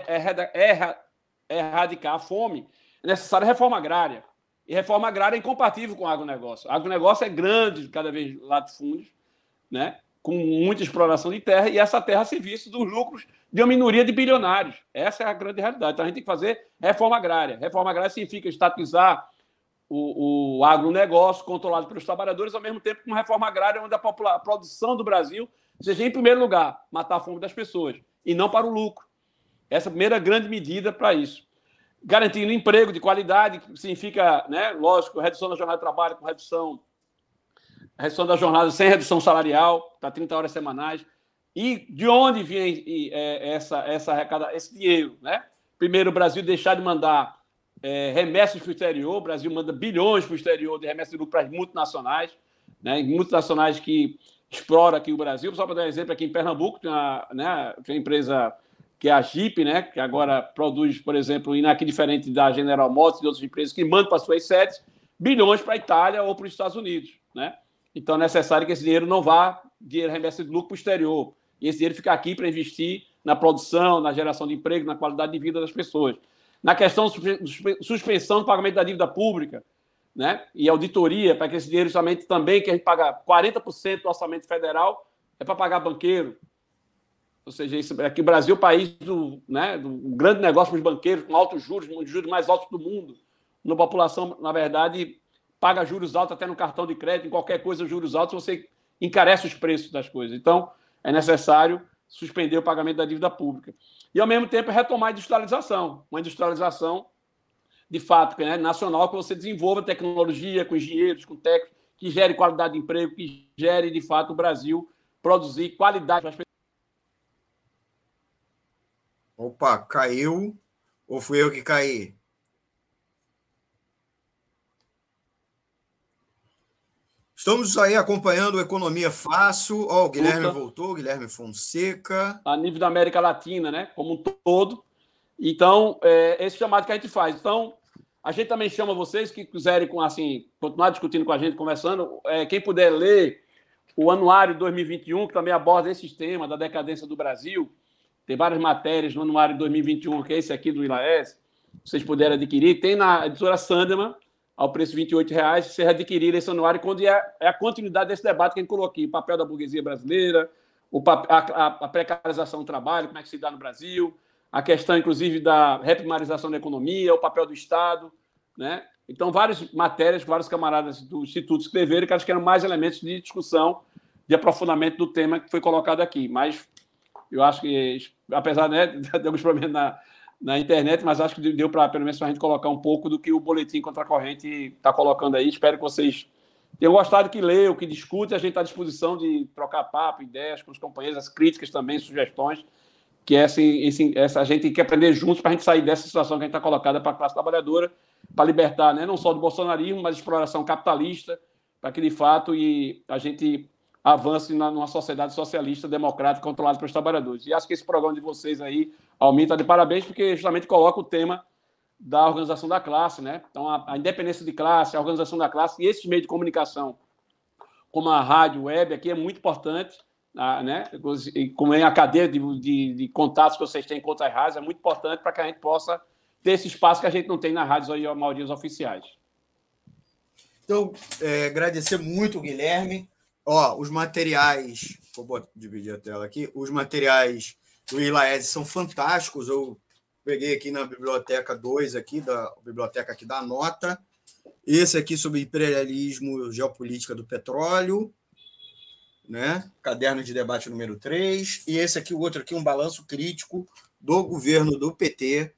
erradicar a fome, é necessária reforma agrária. E reforma agrária é incompatível com o agronegócio. O agronegócio é grande, cada vez latifúndio, né? Com muita exploração de terra, e essa terra a serviço dos lucros de uma minoria de bilionários. Essa é a grande realidade. Então, a gente tem que fazer reforma agrária. Reforma agrária significa estatizar o agronegócio controlado pelos trabalhadores, ao mesmo tempo que uma reforma agrária onde a produção do Brasil seja, em primeiro lugar, matar a fome das pessoas, e não para o lucro. Essa é a primeira grande medida para isso. Garantindo emprego de qualidade, que significa, né, lógico, redução da jornada de trabalho, com redução da jornada sem redução salarial, para 30 horas semanais. E de onde vem esse dinheiro? Né? Primeiro, o Brasil deixar de mandar remessas para o exterior. O Brasil manda bilhões para o exterior de remessas de lucro para as multinacionais, né? Multinacionais que exploram aqui o Brasil. Só para dar um exemplo, aqui em Pernambuco tem uma empresa que é a Jeep, né? Que agora produz, por exemplo, aqui diferente da General Motors e outras empresas que mandam para suas sedes bilhões para a Itália ou para os Estados Unidos. Né? Então é necessário que esse dinheiro não vá dinheiro remessa de lucro para o exterior. E esse dinheiro fica aqui para investir na produção, na geração de emprego, na qualidade de vida das pessoas. Na questão de suspensão do pagamento da dívida pública, né? E auditoria, para que esse dinheiro somente também, que a gente paga 40% do orçamento federal, é para pagar banqueiro. Ou seja, isso, aqui o Brasil é o país do grande negócio para os banqueiros, com altos juros, um dos juros mais altos do mundo. A população, na verdade, paga juros altos até no cartão de crédito, em qualquer coisa, juros altos, você encarece os preços das coisas. Então, é necessário suspender o pagamento da dívida pública. E, ao mesmo tempo, retomar a industrialização. Uma industrialização, de fato, né, nacional, que você desenvolva tecnologia com engenheiros, com técnicos, que gere qualidade de emprego, que gere, de fato, o Brasil produzir qualidade para as pessoas. Opa, caiu? Ou fui eu que caí? Estamos aí acompanhando o Economia Fácil. O Guilherme voltou, Guilherme Fonseca. A nível da América Latina, né, como um todo, Então, esse chamado que a gente faz. Então, a gente também chama vocês que quiserem continuar discutindo com a gente, conversando, quem puder ler o Anuário 2021, que também aborda esses temas da decadência do Brasil. Tem várias matérias no Anuário 2021, que é esse aqui do ILAES, vocês puderem adquirir. Tem na editora Sandeman, ao preço de R$ 28,00, vocês adquirirem esse anuário, quando é a continuidade desse debate que a gente colocou aqui, o papel da burguesia brasileira, a precarização do trabalho, como é que se dá no Brasil, a questão, inclusive, da reprimarização da economia, o papel do Estado, né? Então, várias matérias, vários camaradas do Instituto escreveram, que acho que eram mais elementos de discussão, de aprofundamento do tema que foi colocado aqui. Mas eu acho que, apesar, né, de alguns problemas na internet, mas acho que deu para, pelo menos, a gente colocar um pouco do que o Boletim Contra a Corrente está colocando aí. Espero que vocês tenham gostado, que leiam, que discutem. A gente está à disposição de trocar papo, ideias com os companheiros, as críticas também, sugestões, que a gente quer aprender juntos para a gente sair dessa situação que a gente está colocada para a classe trabalhadora, para libertar, né, não só do bolsonarismo, mas exploração capitalista, para que, de fato, a gente avance numa sociedade socialista, democrática, controlada pelos trabalhadores. E acho que esse programa de vocês aí, Almir, está de parabéns, porque justamente coloca o tema da organização da classe, né? Então, a independência de classe, a organização da classe, e esses meios de comunicação, como a rádio, web, aqui é muito importante, né? E como é a cadeia de contatos que vocês têm com outras rádios, é muito importante para que a gente possa ter esse espaço que a gente não tem nas rádios aí, a maioria dos oficiais. Então, agradecer muito, Guilherme. Os materiais, vou dividir a tela aqui, os materiais do ILAES são fantásticos. Eu peguei aqui na biblioteca 2, aqui, da biblioteca aqui da Nota. Esse aqui sobre imperialismo, geopolítica do petróleo, né? Caderno de debate número 3. E esse aqui, o outro aqui, um balanço crítico do governo do PT.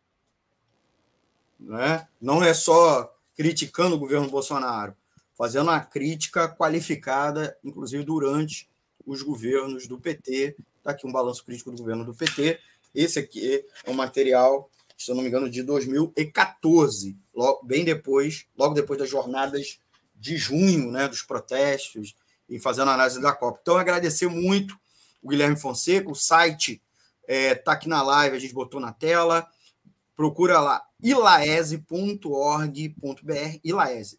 Né? Não é só criticando o governo Bolsonaro, fazendo uma crítica qualificada, inclusive durante os governos do PT. Está aqui um balanço crítico do governo do PT. Esse aqui é um material, se eu não me engano, de 2014, logo depois das jornadas de junho, né, dos protestos, e fazendo análise da Copa. Então, agradecer muito o Guilherme Fonseca. O site está aqui na live, a gente botou na tela. Procura lá, ilaese.org.br, Ilaese,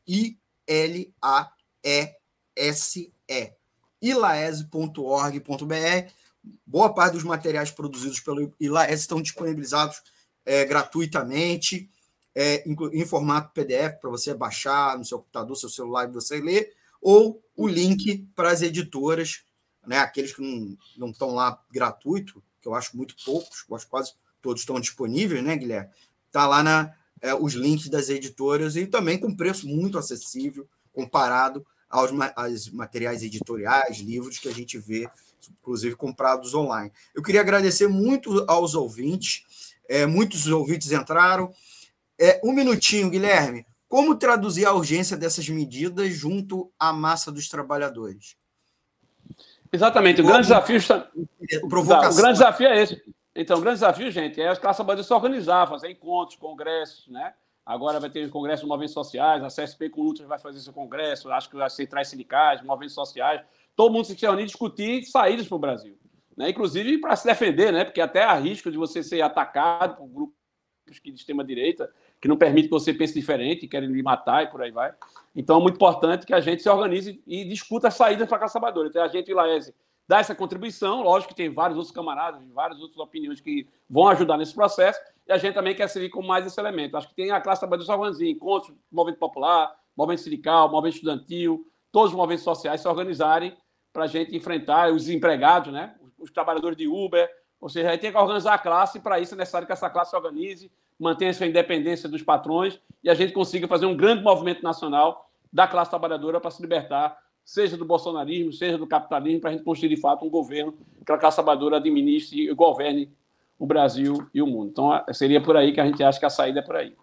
I-L-A-E-S-E, ilaese.org.br. Boa parte dos materiais produzidos pelo Ilaese estão disponibilizados gratuitamente, em formato PDF, para você baixar no seu computador, seu celular, e você ler, ou o link para as editoras, né, aqueles que não estão lá gratuito, que eu acho muito poucos, eu acho que quase todos estão disponíveis, né, Guilherme? Está lá os links das editoras e também com preço muito acessível comparado aos materiais editoriais, livros que a gente vê, inclusive comprados online. Eu queria agradecer muito aos ouvintes. Muitos ouvintes entraram. Um minutinho, Guilherme. Como traduzir a urgência dessas medidas junto à massa dos trabalhadores? Exatamente. O grande desafio... Provocação. O grande desafio é esse. Então, o grande desafio, gente, é as classes trabalhadoras se organizar, fazer encontros, congressos, né? Agora vai ter congresso de movimentos sociais, a CSP com lutas vai fazer seu congresso, acho que as centrais sindicais, movimentos sociais, todo mundo se reunir, discutir saídas para o Brasil, né? Inclusive para se defender, né? Porque até há risco de você ser atacado por grupos de extrema-direita que não permite que você pense diferente, querem lhe matar e por aí vai. Então, é muito importante que a gente se organize e discuta as saídas para a classe trabalhadora. Então, a gente, o ILAES, dá essa contribuição, lógico que tem vários outros camaradas, várias outras opiniões que vão ajudar nesse processo, e a gente também quer servir como mais esse elemento. Acho que tem a classe trabalhadora se organizar, encontros, movimento popular, movimento sindical, movimento estudantil, todos os movimentos sociais se organizarem para a gente enfrentar os desempregados, né? Os trabalhadores de Uber, ou seja, a gente tem que organizar a classe, e para isso é necessário que essa classe se organize, mantenha sua independência dos patrões, e a gente consiga fazer um grande movimento nacional da classe trabalhadora para se libertar, seja do bolsonarismo, seja do capitalismo, para a gente construir, de fato, um governo que a classe trabalhadora administre e governe o Brasil e o mundo. Então, seria por aí que a gente acha que a saída é por aí.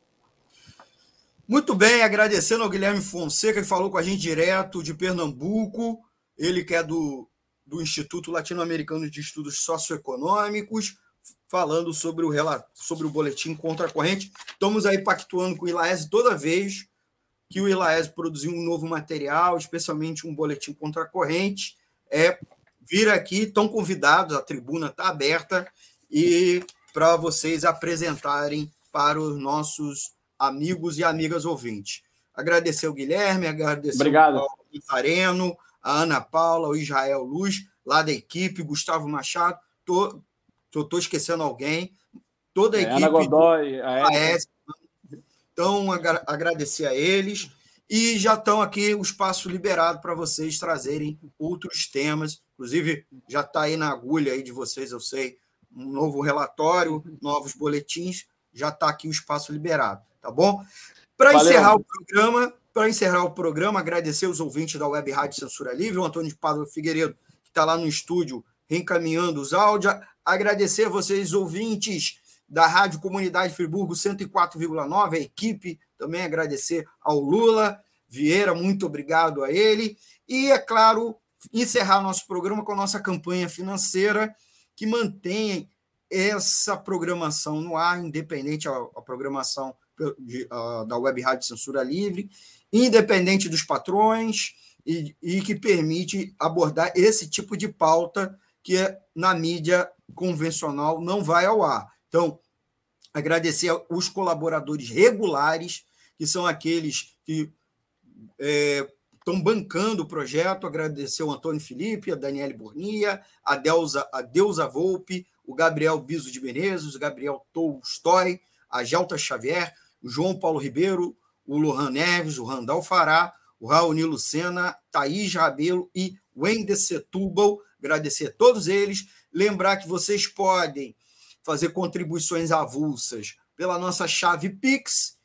Muito bem, agradecendo ao Guilherme Fonseca, que falou com a gente direto de Pernambuco, ele que é do Instituto Latino-Americano de Estudos Socioeconômicos, falando sobre o Boletim Contra a Corrente. Estamos aí pactuando com o ILAES toda vez que o ILAES produzir um novo material, especialmente um Boletim Contra a Corrente, vir aqui, estão convidados, a tribuna está aberta, e para vocês apresentarem para os nossos amigos e amigas ouvintes. Agradecer o Guilherme, agradecer Obrigado. o Nazareno, a Ana Paula, o Israel Luz, lá da equipe, Gustavo Machado, estou esquecendo alguém, toda a equipe. Ana Godoy, a AES. Então, agradecer a eles. E já estão aqui o espaço liberado para vocês trazerem outros temas. Inclusive, já está aí na agulha aí de vocês, eu sei, um novo relatório, novos boletins, já está aqui o espaço liberado, tá bom? Para encerrar o programa, agradecer os ouvintes da Web Rádio Censura Livre, o Antônio de Pádua Figueiredo, que está lá no estúdio reencaminhando os áudios. Agradecer a vocês, ouvintes da Rádio Comunidade Friburgo 104,9, a equipe, também agradecer ao Lula Vieira, muito obrigado a ele. E, é claro, encerrar nosso programa com a nossa campanha financeira, que mantém essa programação no ar, independente a programação da Web Rádio Censura Livre, independente dos patrões, e que permite abordar esse tipo de pauta que na mídia convencional não vai ao ar. Então, agradecer aos colaboradores regulares, que são aqueles que estão bancando o projeto, agradecer ao Antônio Felipe, a Daniele Bornia, a Deusa Volpe, o Gabriel Biso de Menezes, o Gabriel Tolstói, a Gelta Xavier, o João Paulo Ribeiro, o Lohan Neves, o Randall Fará, o Raoni Lucena, Thaís Rabelo e Wender Setúbal. Agradecer a todos eles. Lembrar que vocês podem fazer contribuições avulsas pela nossa chave Pix.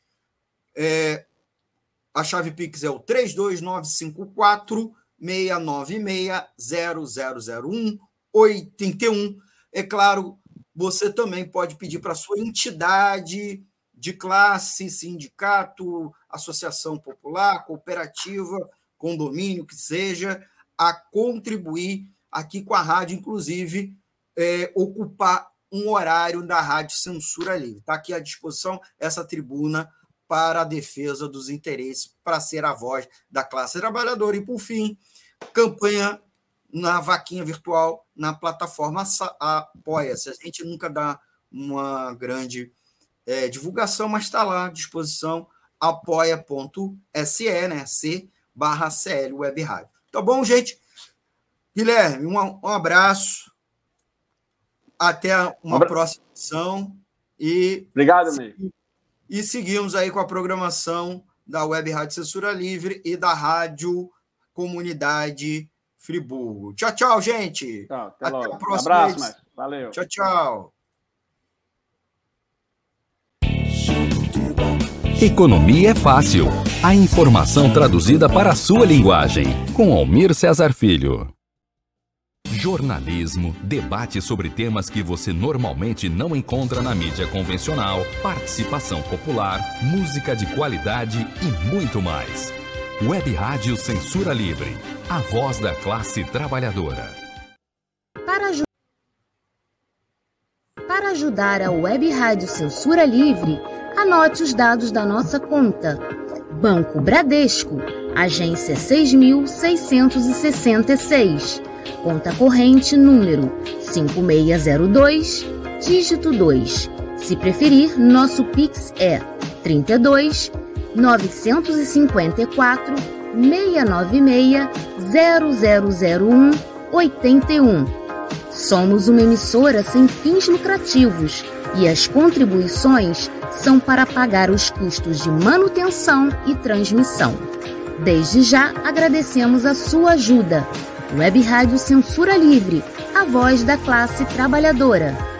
A chave Pix é o 32954-696-0001-81. É claro, você também pode pedir para a sua entidade de classe, sindicato, associação popular, cooperativa, condomínio, que seja, a contribuir aqui com a rádio, inclusive ocupar um horário da Rádio Censura Livre. Está aqui à disposição essa tribuna para a defesa dos interesses, para ser a voz da classe trabalhadora. E, por fim, campanha na vaquinha virtual, na plataforma Apoia-se. A gente nunca dá uma grande divulgação, mas está lá à disposição, apoia.se, né, C/CL Web Rádio. Tá bom, gente? Guilherme, um abraço. Até uma próxima edição. Obrigado, amigo. E seguimos aí com a programação da Web Rádio Censura Livre e da Rádio Comunidade Friburgo. Tchau, tchau, gente. Tchau, até até logo. a próxima Abraço, edição. Márcio. Valeu. Tchau, tchau. Economia é fácil. A informação traduzida para a sua linguagem. Com Almir Cesar Filho. Jornalismo, debate sobre temas que você normalmente não encontra na mídia convencional, participação popular, música de qualidade e muito mais. Web Rádio Censura Livre, a voz da classe trabalhadora. Para ajudar a Web Rádio Censura Livre, anote os dados da nossa conta. Banco Bradesco, agência 6.666. Conta corrente número 5602, dígito 2. Se preferir, nosso Pix é 32 954 696 0001 81. Somos uma emissora sem fins lucrativos e as contribuições são para pagar os custos de manutenção e transmissão. Desde já agradecemos a sua ajuda. Web Rádio Censura Livre, a voz da classe trabalhadora.